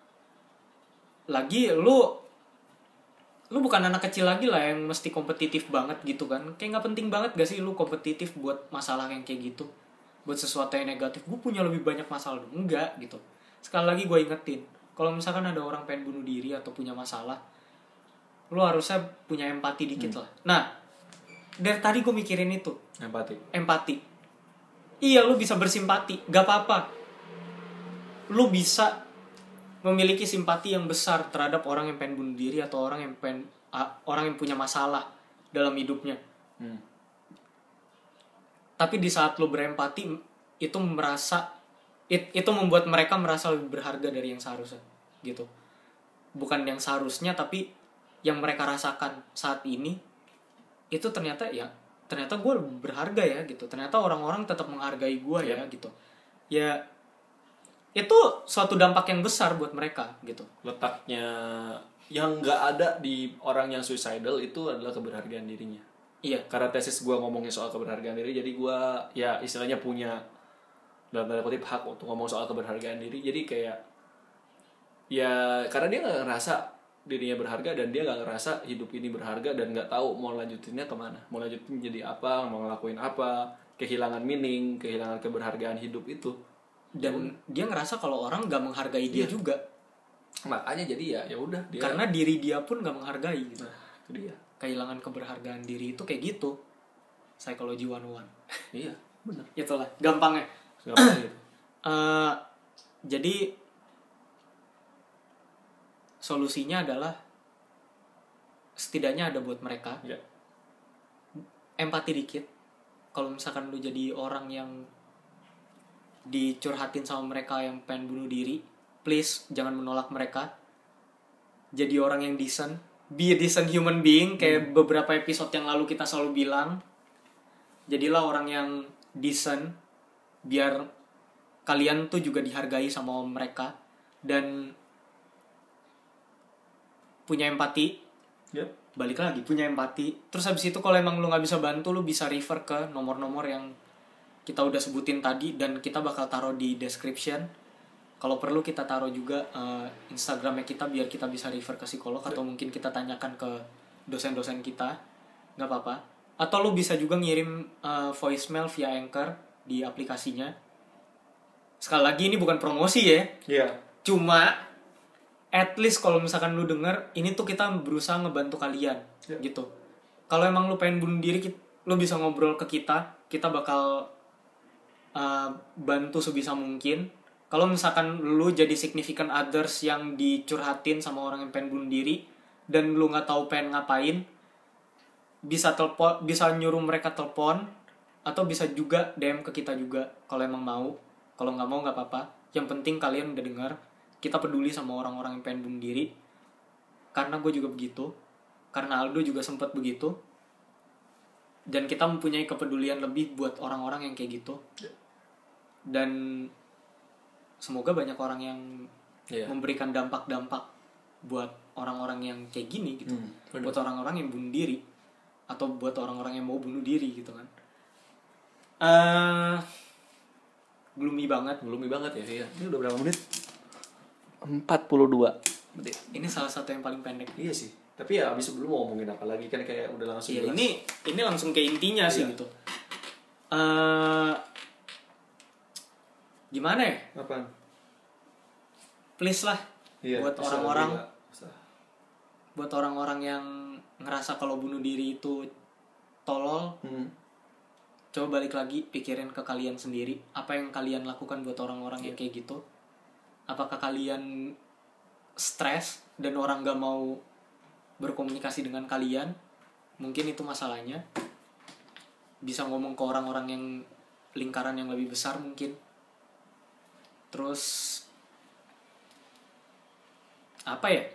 lagi lu lu bukan anak kecil lagi lah yang mesti kompetitif banget gitu kan. Kayak gak penting banget gak sih lu kompetitif buat masalah yang kayak gitu, buat sesuatu yang negatif. Gue punya lebih banyak masalah. Enggak gitu. Sekali lagi gue ingetin, kalau misalkan ada orang pengen bunuh diri atau punya masalah, lu harusnya punya empati dikit Hmm. lah. Nah, dari tadi gue mikirin itu, Empati. empati. Iya, lu bisa bersimpati, gak apa-apa. Lu bisa memiliki simpati yang besar terhadap orang yang pengen bunuh diri atau orang yang pengen uh, orang yang punya masalah dalam hidupnya. Hmm. Tapi di saat lu berempati, itu merasa it, itu membuat mereka merasa lebih berharga dari yang seharusnya, gitu. Bukan yang seharusnya, tapi yang mereka rasakan saat ini itu ternyata ya ternyata gue berharga ya gitu. Ternyata orang-orang tetap menghargai gue ya gitu. Ya itu suatu dampak yang besar buat mereka gitu. Letaknya yang nggak ada di orang yang suicidal itu adalah keberhargaan dirinya. Iya. Karena tesis gue ngomongin soal keberhargaan diri, jadi gue ya istilahnya punya dalam tanda kutip hak untuk ngomong soal keberhargaan diri. Jadi kayak ya karena dia nggak ngerasa dirinya berharga, dan dia nggak ngerasa hidup ini berharga, dan nggak tahu mau lanjutinnya kemana, mau lanjutin jadi apa, mau ngelakuin apa, kehilangan meaning, kehilangan keberhargaan hidup itu. dan dia ngerasa kalau orang nggak menghargai dia Iya. juga. Makanya jadi ya ya udah dia. Karena diri dia pun nggak menghargai gitu. Nah, itu dia. Kehilangan keberhargaan diri itu kayak gitu. Psikologi one oh one. Iya, benar. Itulah gampangnya. Gampang gitu. Uh, jadi solusinya adalah setidaknya ada buat mereka. Ya. Empati dikit. Kalau misalkan lu jadi orang yang dicurhatin sama mereka yang pengen bunuh diri, please jangan menolak mereka. Jadi orang yang decent, be a decent human being, kayak hmm. beberapa episode yang lalu kita selalu bilang. Jadilah orang yang decent, biar kalian tuh juga dihargai sama mereka dan punya empati. Yep. Balik lagi punya empati. Terus habis itu kalau emang lu nggak bisa bantu, lu bisa refer ke nomor-nomor yang kita udah sebutin tadi dan kita bakal taruh di description. Kalau perlu kita taruh juga uh, Instagramnya kita biar kita bisa refer ke psikolog atau mungkin kita tanyakan ke dosen-dosen kita, nggak apa-apa. Atau lu bisa juga ngirim uh, voicemail via Anchor di aplikasinya. Sekali lagi ini bukan promosi ya. Iya. Cuma at least kalau misalkan lu denger, ini tuh kita berusaha ngebantu kalian, yeah. gitu. Kalau emang lu pengen bunuh diri, lu bisa ngobrol ke kita, kita bakal uh, bantu sebisa mungkin. Kalau misalkan lu jadi significant others yang dicurhatin sama orang yang pengen bunuh diri dan lu nggak tahu pengen ngapain, bisa telepon, bisa nyuruh mereka telepon, atau bisa juga D M ke kita juga kalau emang mau. Kalau nggak mau nggak apa-apa. Yang penting kalian udah dengar. Kita peduli sama orang-orang yang pengen bunuh diri. Karena gue juga begitu. Karena Aldo juga sempat begitu. Dan kita mempunyai kepedulian lebih buat orang-orang yang kayak gitu. Dan semoga banyak orang yang yeah. memberikan dampak-dampak buat orang-orang yang kayak gini gitu. Hmm, buat orang-orang yang bunuh diri. Atau buat orang-orang yang mau bunuh diri gitu kan. Uh, gloomy banget. Gloomy banget ya. Iya. Ini udah berapa menit? empat puluh dua. Ini salah satu yang paling pendek. Iya sih. Tapi ya abis sebelum mau ngomongin apa lagi kan kayak udah langsung. Iya, ini ini langsung ke intinya iya. sih gitu. Uh, gimana ya? Apaan? Please lah. Iya, buat orang-orang buat orang-orang yang ngerasa kalau bunuh diri itu tolol. Hmm. Coba balik lagi pikirin ke kalian sendiri. Apa yang kalian lakukan buat orang-orang yeah. yang kayak gitu? Apakah kalian stres dan orang gak mau berkomunikasi dengan kalian? Mungkin itu masalahnya. Bisa ngomong ke orang-orang yang lingkaran yang lebih besar mungkin. Terus apa ya?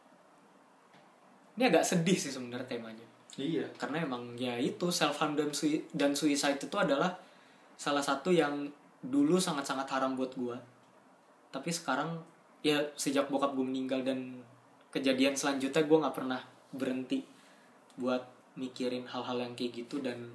Ini agak sedih sih sebenarnya temanya. Iya. Karena emang ya itu self harm dan, sui- dan suicide itu adalah salah satu yang dulu sangat-sangat haram buat gue. Tapi sekarang ya sejak bokap gue meninggal dan kejadian selanjutnya gue nggak pernah berhenti buat mikirin hal-hal yang kayak gitu. Dan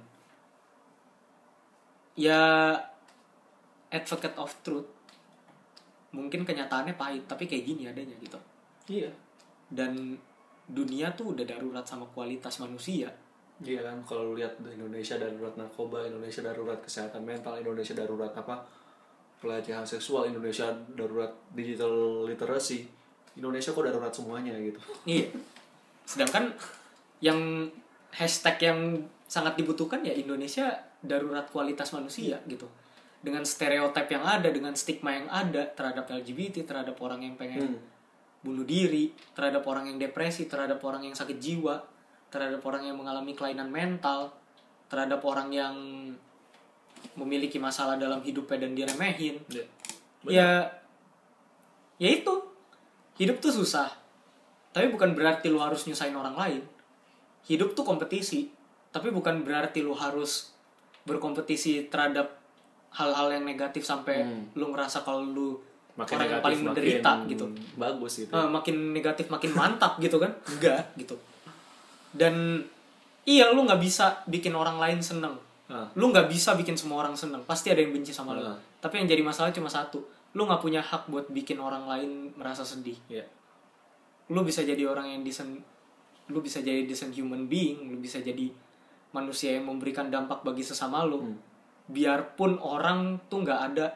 ya advocate of truth, mungkin kenyataannya pahit tapi kayak gini adanya gitu. Iya. Dan dunia tuh udah darurat sama kualitas manusia. Iya kan, kalau lu lihat Indonesia darurat narkoba, Indonesia darurat kesehatan mental, Indonesia darurat apa pelecehan seksual, Indonesia darurat digital literacy, Indonesia kok darurat semuanya gitu. Iya. Sedangkan yang hashtag yang sangat dibutuhkan ya Indonesia darurat kualitas manusia gitu. Dengan stereotip yang ada, dengan stigma yang ada terhadap L G B T, terhadap orang yang pengen hmm. bunuh diri, terhadap orang yang depresi, terhadap orang yang sakit jiwa, terhadap orang yang mengalami kelainan mental, terhadap orang yang memiliki masalah dalam hidupnya dan diremehin. Ya, ya, ya itu. Hidup tuh susah. Tapi bukan berarti lu harus nyusahin orang lain. Hidup tuh kompetisi. Tapi bukan berarti lu harus berkompetisi terhadap hal-hal yang negatif sampai hmm. lu ngerasa kalau lu makin orang yang paling menderita gitu. Bagus gitu. Uh, makin negatif makin mantap gitu kan? Enggak gitu. Dan iya lu nggak bisa bikin orang lain seneng. Uh. Lu nggak bisa bikin semua orang seneng. Pasti ada yang benci sama uh. lu. Tapi yang jadi masalah cuma satu. Lu nggak punya hak buat bikin orang lain merasa sedih. Yeah. Lu bisa jadi orang yang decent. Lu bisa jadi decent human being. Lu bisa jadi manusia yang memberikan dampak bagi sesama lu. Hmm. Biarpun orang tuh nggak ada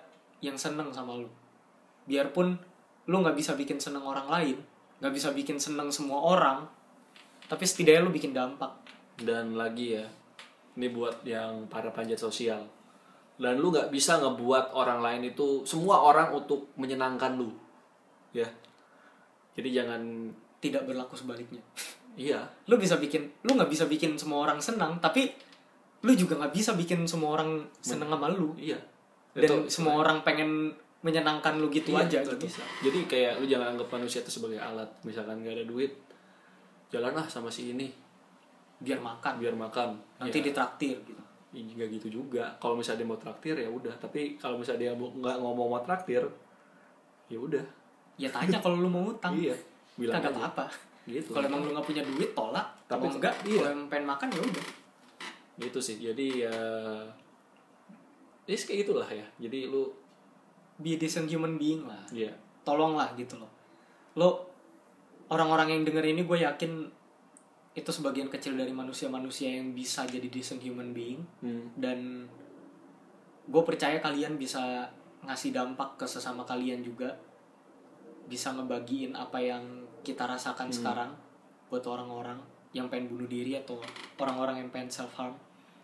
yang seneng sama lu. Biarpun lu nggak bisa bikin seneng orang lain, nggak bisa bikin seneng semua orang, tapi setidaknya lu bikin dampak. Dan lagi ya, ini buat yang para panjat sosial, dan lu nggak bisa ngebuat orang lain itu semua orang untuk menyenangkan lu, ya. Jadi jangan, tidak berlaku sebaliknya. iya, Lu bisa bikin, lu nggak bisa bikin semua orang senang, tapi lu juga nggak bisa bikin semua orang seneng sama lu. iya. Dan Itu- semua orang pengen menyenangkan lu gitu iya, aja nggak gitu. bisa. Jadi kayak lu jangan anggap manusia itu sebagai alat. Misalkan nggak ada duit, jalanlah sama si ini Biar makan, biar makan. nanti Ya, ditraktir gitu. nggak gitu juga. Kalau misalnya dia mau traktir ya udah. Tapi kalau misalnya dia mau- nggak ngomong mau traktir, ya udah. Ya tanya kalau lu mau utang. Iya, bilang Kagak aja. apa-apa. Gitu. Kalau emang lu nggak punya duit, tolak. Tapi Kalau enggak, iya. kalau emang pengen makan ya udah. Gitu sih. Jadi ya, ya kayak gitulah ya. Jadi lu, Be a decent human being lah. ya, Tolonglah gitu loh. Lo orang-orang yang denger ini gue yakin itu sebagian kecil dari manusia-manusia yang bisa jadi decent human being. hmm, Dan gue percaya kalian bisa ngasih dampak ke sesama kalian juga, bisa ngebagiin apa yang kita rasakan Hmm. sekarang buat orang-orang yang pengen bunuh diri atau orang-orang yang pengen self harm.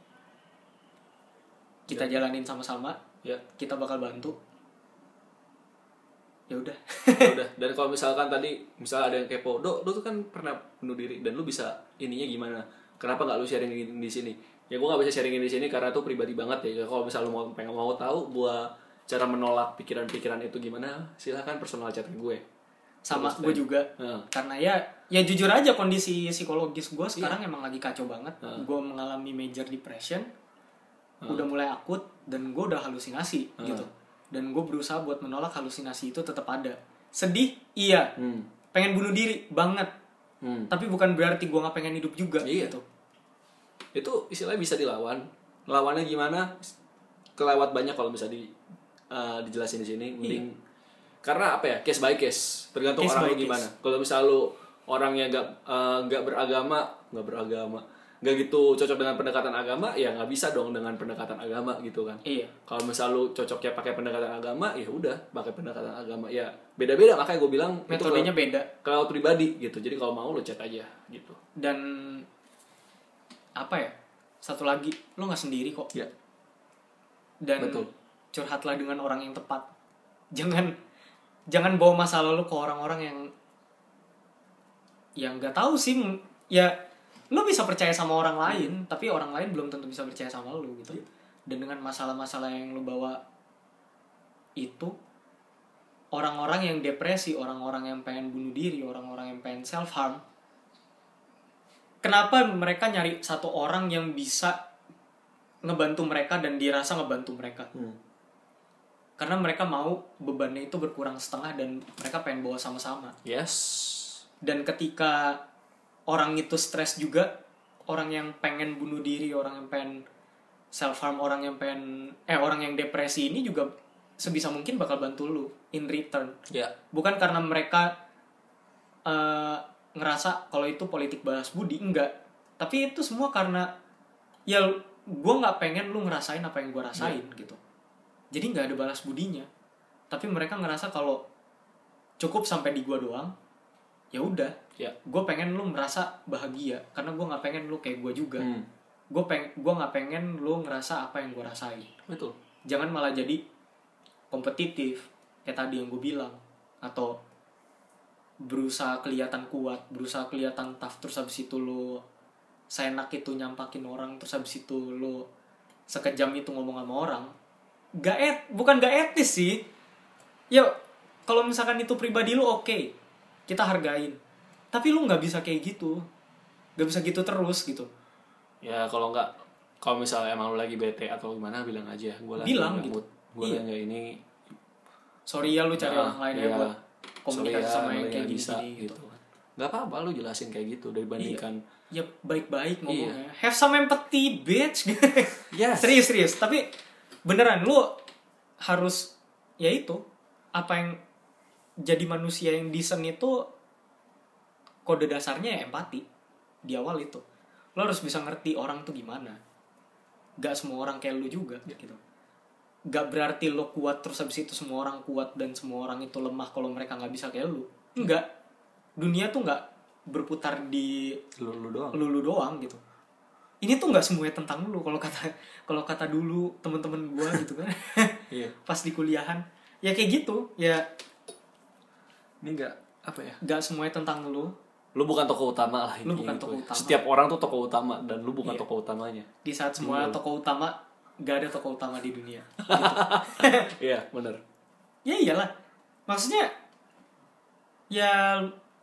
Kita jalanin sama-sama, ya. kita bakal bantu. Ya udah. Ya udah. Dan kalau misalkan tadi misalnya ada yang kepo, do, lu tuh kan pernah bunuh diri dan lu bisa ininya gimana? Kenapa nggak lu sharing di, di sini? Ya gue nggak bisa sharingin di sini karena itu pribadi banget ya. Kalau misalnya lu mau pengen mau tahu buat cara menolak pikiran-pikiran itu gimana, silahkan personal chat ke gue. Sama Terus, gue juga. Nah, Karena ya ya jujur aja kondisi psikologis gue sekarang emang lagi kacau banget. Nah. Gue mengalami major depression, Nah. udah mulai akut, dan gue udah halusinasi Nah. gitu. Dan gue berusaha buat menolak halusinasi itu tetap ada. Sedih, iya. hmm, Pengen bunuh diri, banget. hmm. Tapi bukan berarti gue gak pengen hidup juga Iya. gitu. Itu istilahnya bisa dilawan. Lawannya gimana? Kelewat banyak kalau bisa di uh, dijelasin di sini. Mending karena apa ya? Case by case. Tergantung Case orang by lu case. gimana. Kalau misal lu orangnya nggak uh, nggak beragama, nggak beragama, nggak gitu cocok dengan pendekatan agama, ya nggak bisa dong dengan pendekatan agama gitu kan. Iya. Kalau misal lu cocoknya pakai pendekatan agama, ya udah pakai pendekatan agama. Ya beda-beda, makanya gue bilang Metodenya itu beda. kalau pribadi gitu. Jadi kalau mau lu chat aja gitu. Dan apa ya? Satu lagi, lo nggak sendiri kok. Ya. Dan Betul. curhatlah dengan orang yang tepat. Jangan jangan bawa masalah lo ke orang-orang yang yang nggak tahu sih. Ya lo bisa percaya sama orang lain, tapi orang lain belum tentu bisa percaya sama lo gitu. Iya. Dan dengan masalah-masalah yang lo bawa itu, orang-orang yang depresi, orang-orang yang pengen bunuh diri, orang-orang yang pengen self harm, kenapa mereka nyari satu orang yang bisa ngebantu mereka dan dirasa ngebantu mereka? Hmm. Karena mereka mau bebannya itu berkurang setengah dan mereka pengen bawa sama-sama. Yes. Dan ketika orang itu stres juga, orang yang pengen bunuh diri, orang yang pengen self harm, orang yang pengen eh orang yang depresi ini juga sebisa mungkin bakal bantu lu in return. Ya. Bukan karena mereka uh, ngerasa kalau itu politik balas budi, enggak. Tapi itu semua karena ya gue nggak pengen lu ngerasain apa yang gue rasain Yeah. gitu. Jadi nggak ada balas budinya. Tapi mereka ngerasa kalau cukup sampai di gue doang, ya udah. Ya. Gue pengen lu merasa bahagia karena gue nggak pengen lu kayak gue juga. Hmm. Gue peng, gue nggak pengen lu ngerasa apa yang gue rasain. Betul. Jangan malah jadi kompetitif kayak tadi yang gue bilang, atau berusaha kelihatan kuat, berusaha kelihatan tough, terus habis itu lo seenak itu nyampakin orang, terus habis itu lo sekejam itu ngomong sama orang. Gak et, bukan gak etis sih. Ya kalau misalkan itu pribadi lo, oke, okay, kita hargain. Tapi lo nggak bisa kayak gitu, nggak bisa gitu terus gitu. Ya kalau nggak, kalau misalnya emang lu lagi bete atau gimana, bilang aja. Gua lagi Bilang nggak gitu. mood. Gua Iya. lagi nggak ini. Sorry ya lu cari Nah, orang lain ya iya. buat komunikasi Sorry ya, sama yang lu kayak nggak bisa, gini gitu. Nggak apa-apa lu jelasin kayak gitu dibandingkan. Ya baik-baik ngomongnya. Iya. Have some empathy, bitch. Yes. Serius-serius. Tapi beneran lu harus, ya itu, apa yang jadi manusia yang decent itu kode dasarnya ya empati. Di awal itu. Lu harus bisa ngerti orang tuh gimana. Gak semua orang kayak lu juga gitu. gak berarti lo kuat terus habis itu semua orang kuat dan semua orang itu lemah kalau mereka nggak bisa kayak lu. Enggak, dunia tuh nggak berputar di lu lu doang lu, lu doang gitu. Ini tuh nggak semuanya tentang lu kalau kata kalau kata dulu teman-teman gua gitu kan. Iya. Pas di kuliahan ya kayak gitu ya. Ini enggak apa ya, Nggak semuanya tentang lu. lu bukan tokoh utama lah Lu intinya bukan gitu. tokoh utama. Setiap orang tuh tokoh utama dan lu bukan Iya. tokoh utamanya. Di saat semua Hmm. tokoh utama, gak ada tokoh utama di dunia. Iya benar. Ya iyalah, maksudnya ya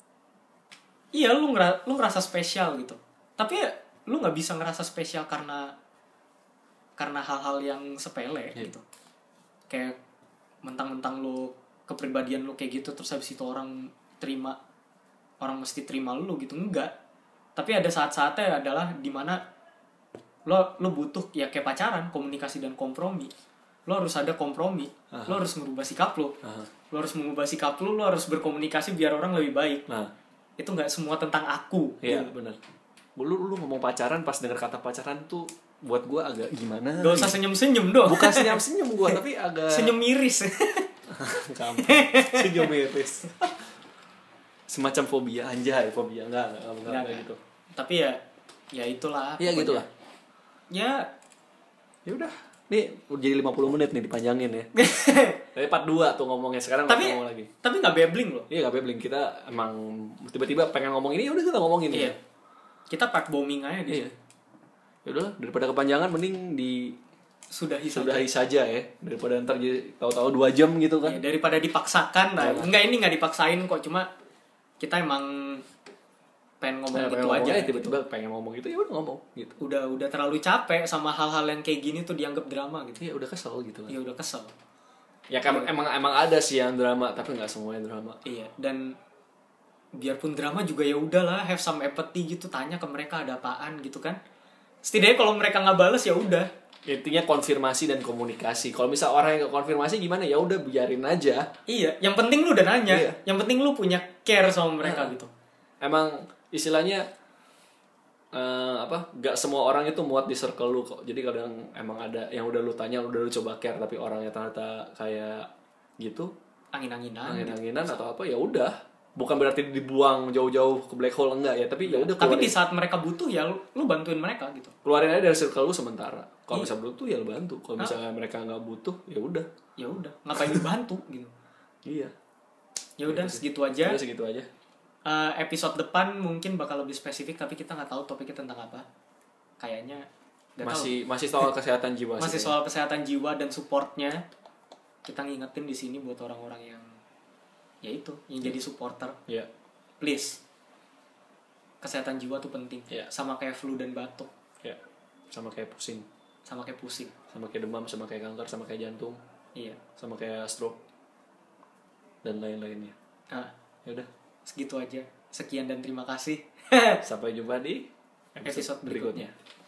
iya lu ngera, lu ngerasa spesial gitu. Tapi ya, lu nggak bisa ngerasa spesial karena karena hal-hal yang sepele Iya. gitu. Kayak mentang-mentang lu kepribadian lu kayak gitu terus habis itu orang terima, orang mesti terima lu gitu, enggak. Tapi ada saat-saatnya adalah dimana lo lo butuh ya kayak pacaran, komunikasi dan kompromi. Lo harus ada kompromi. Aha. Lo harus merubah sikap lo. Aha. Lo harus mengubah sikap lo, lo harus berkomunikasi biar orang lebih baik. Nah, Itu nggak semua tentang aku. iya gitu. benar. Lu lu ngomong pacaran, pas denger kata pacaran tuh buat gua agak gimana? Gak usah senyum-senyum dong. Bukan senyum-senyum gua, tapi agak Senyum miris. Kamu. Senyum miris. Semacam fobia, anjay, fobia enggak enggak enggak, Nggak, enggak gitu. Tapi ya ya itulah. Iya pokoknya. gitu lah. Ya Ya udah. Nih udah jadi lima puluh menit nih dipanjangin ya. Dari part dua tuh ngomongnya, sekarang tapi ngomong lagi. tapi nggak babbling loh. Iya, gak bebling, kita emang tiba-tiba pengen ngomong ini, udah kita ngomongin Iya. ya. Kita part bombing aja di Iya. Ya udahlah, daripada kepanjangan mending di sudahi saja. sudahi saja ya, daripada ntar jadi tahu-tahu dua jam gitu kan. Ya, daripada dipaksakan lah. Iya. Enggak, ini nggak dipaksain kok, cuma kita emang pengen ngomong Nah, gitu pengen ngomong aja. aja, tiba-tiba pengen ngomong gitu, ya udah ngomong gitu. Udah udah terlalu capek sama hal-hal yang kayak gini tuh dianggap drama gitu. Iya, udah kesel gitu kan. Ya udah kesel. Ya kan emang emang ada sih yang drama, tapi nggak semuanya drama. Iya, dan biarpun drama juga ya udahlah, have some empathy gitu, tanya ke mereka ada apaan gitu kan. Setidaknya kalau mereka nggak bales ya udah. Intinya konfirmasi dan komunikasi. Kalau misal orang yang nggak konfirmasi gimana, ya udah biarin aja. Iya, yang penting lu udah nanya. Iya. Yang penting lu punya care sama mereka Nah. gitu. Emang istilahnya eh, apa? Gak semua orang itu muat di circle lu kok. Jadi kadang emang ada yang udah lu tanya, udah lu coba care, tapi orangnya ternyata kayak gitu, Angin-anginan. angin-anginan atau apa, ya udah. Bukan berarti dibuang jauh-jauh ke black hole, enggak ya, tapi ya udah Tapi keluarin, di saat mereka butuh ya lu, lu bantuin mereka gitu. keluarin aja dari circle lu sementara. Kalau Iya. bisa butuh ya lu bantu. Kalau misalnya mereka nggak butuh, ya udah. Ya udah, ngapain dibantu gitu. Iya. Ya udah, segitu aja. Udah segitu aja. Eh, episode depan mungkin bakal lebih spesifik, tapi kita nggak tahu topiknya tentang apa. Kayaknya nggak tahu. Masih masih soal kesehatan jiwa Masih sih. soal kesehatan jiwa dan supportnya. Kita ngingetin di sini buat orang-orang yang ya itu, yang jadi supporter. Iya. Please. Kesehatan jiwa tuh penting. Iya. Sama kayak flu dan batuk, Ya. Sama kayak pusing, sama kayak pusing. sama kayak demam, sama kayak kanker, sama kayak jantung, Iya. sama kayak stroke dan lain-lainnya. Nah, Ya udah. segitu aja. Sekian dan terima kasih. Sampai jumpa di episode, Episode berikutnya. berikutnya.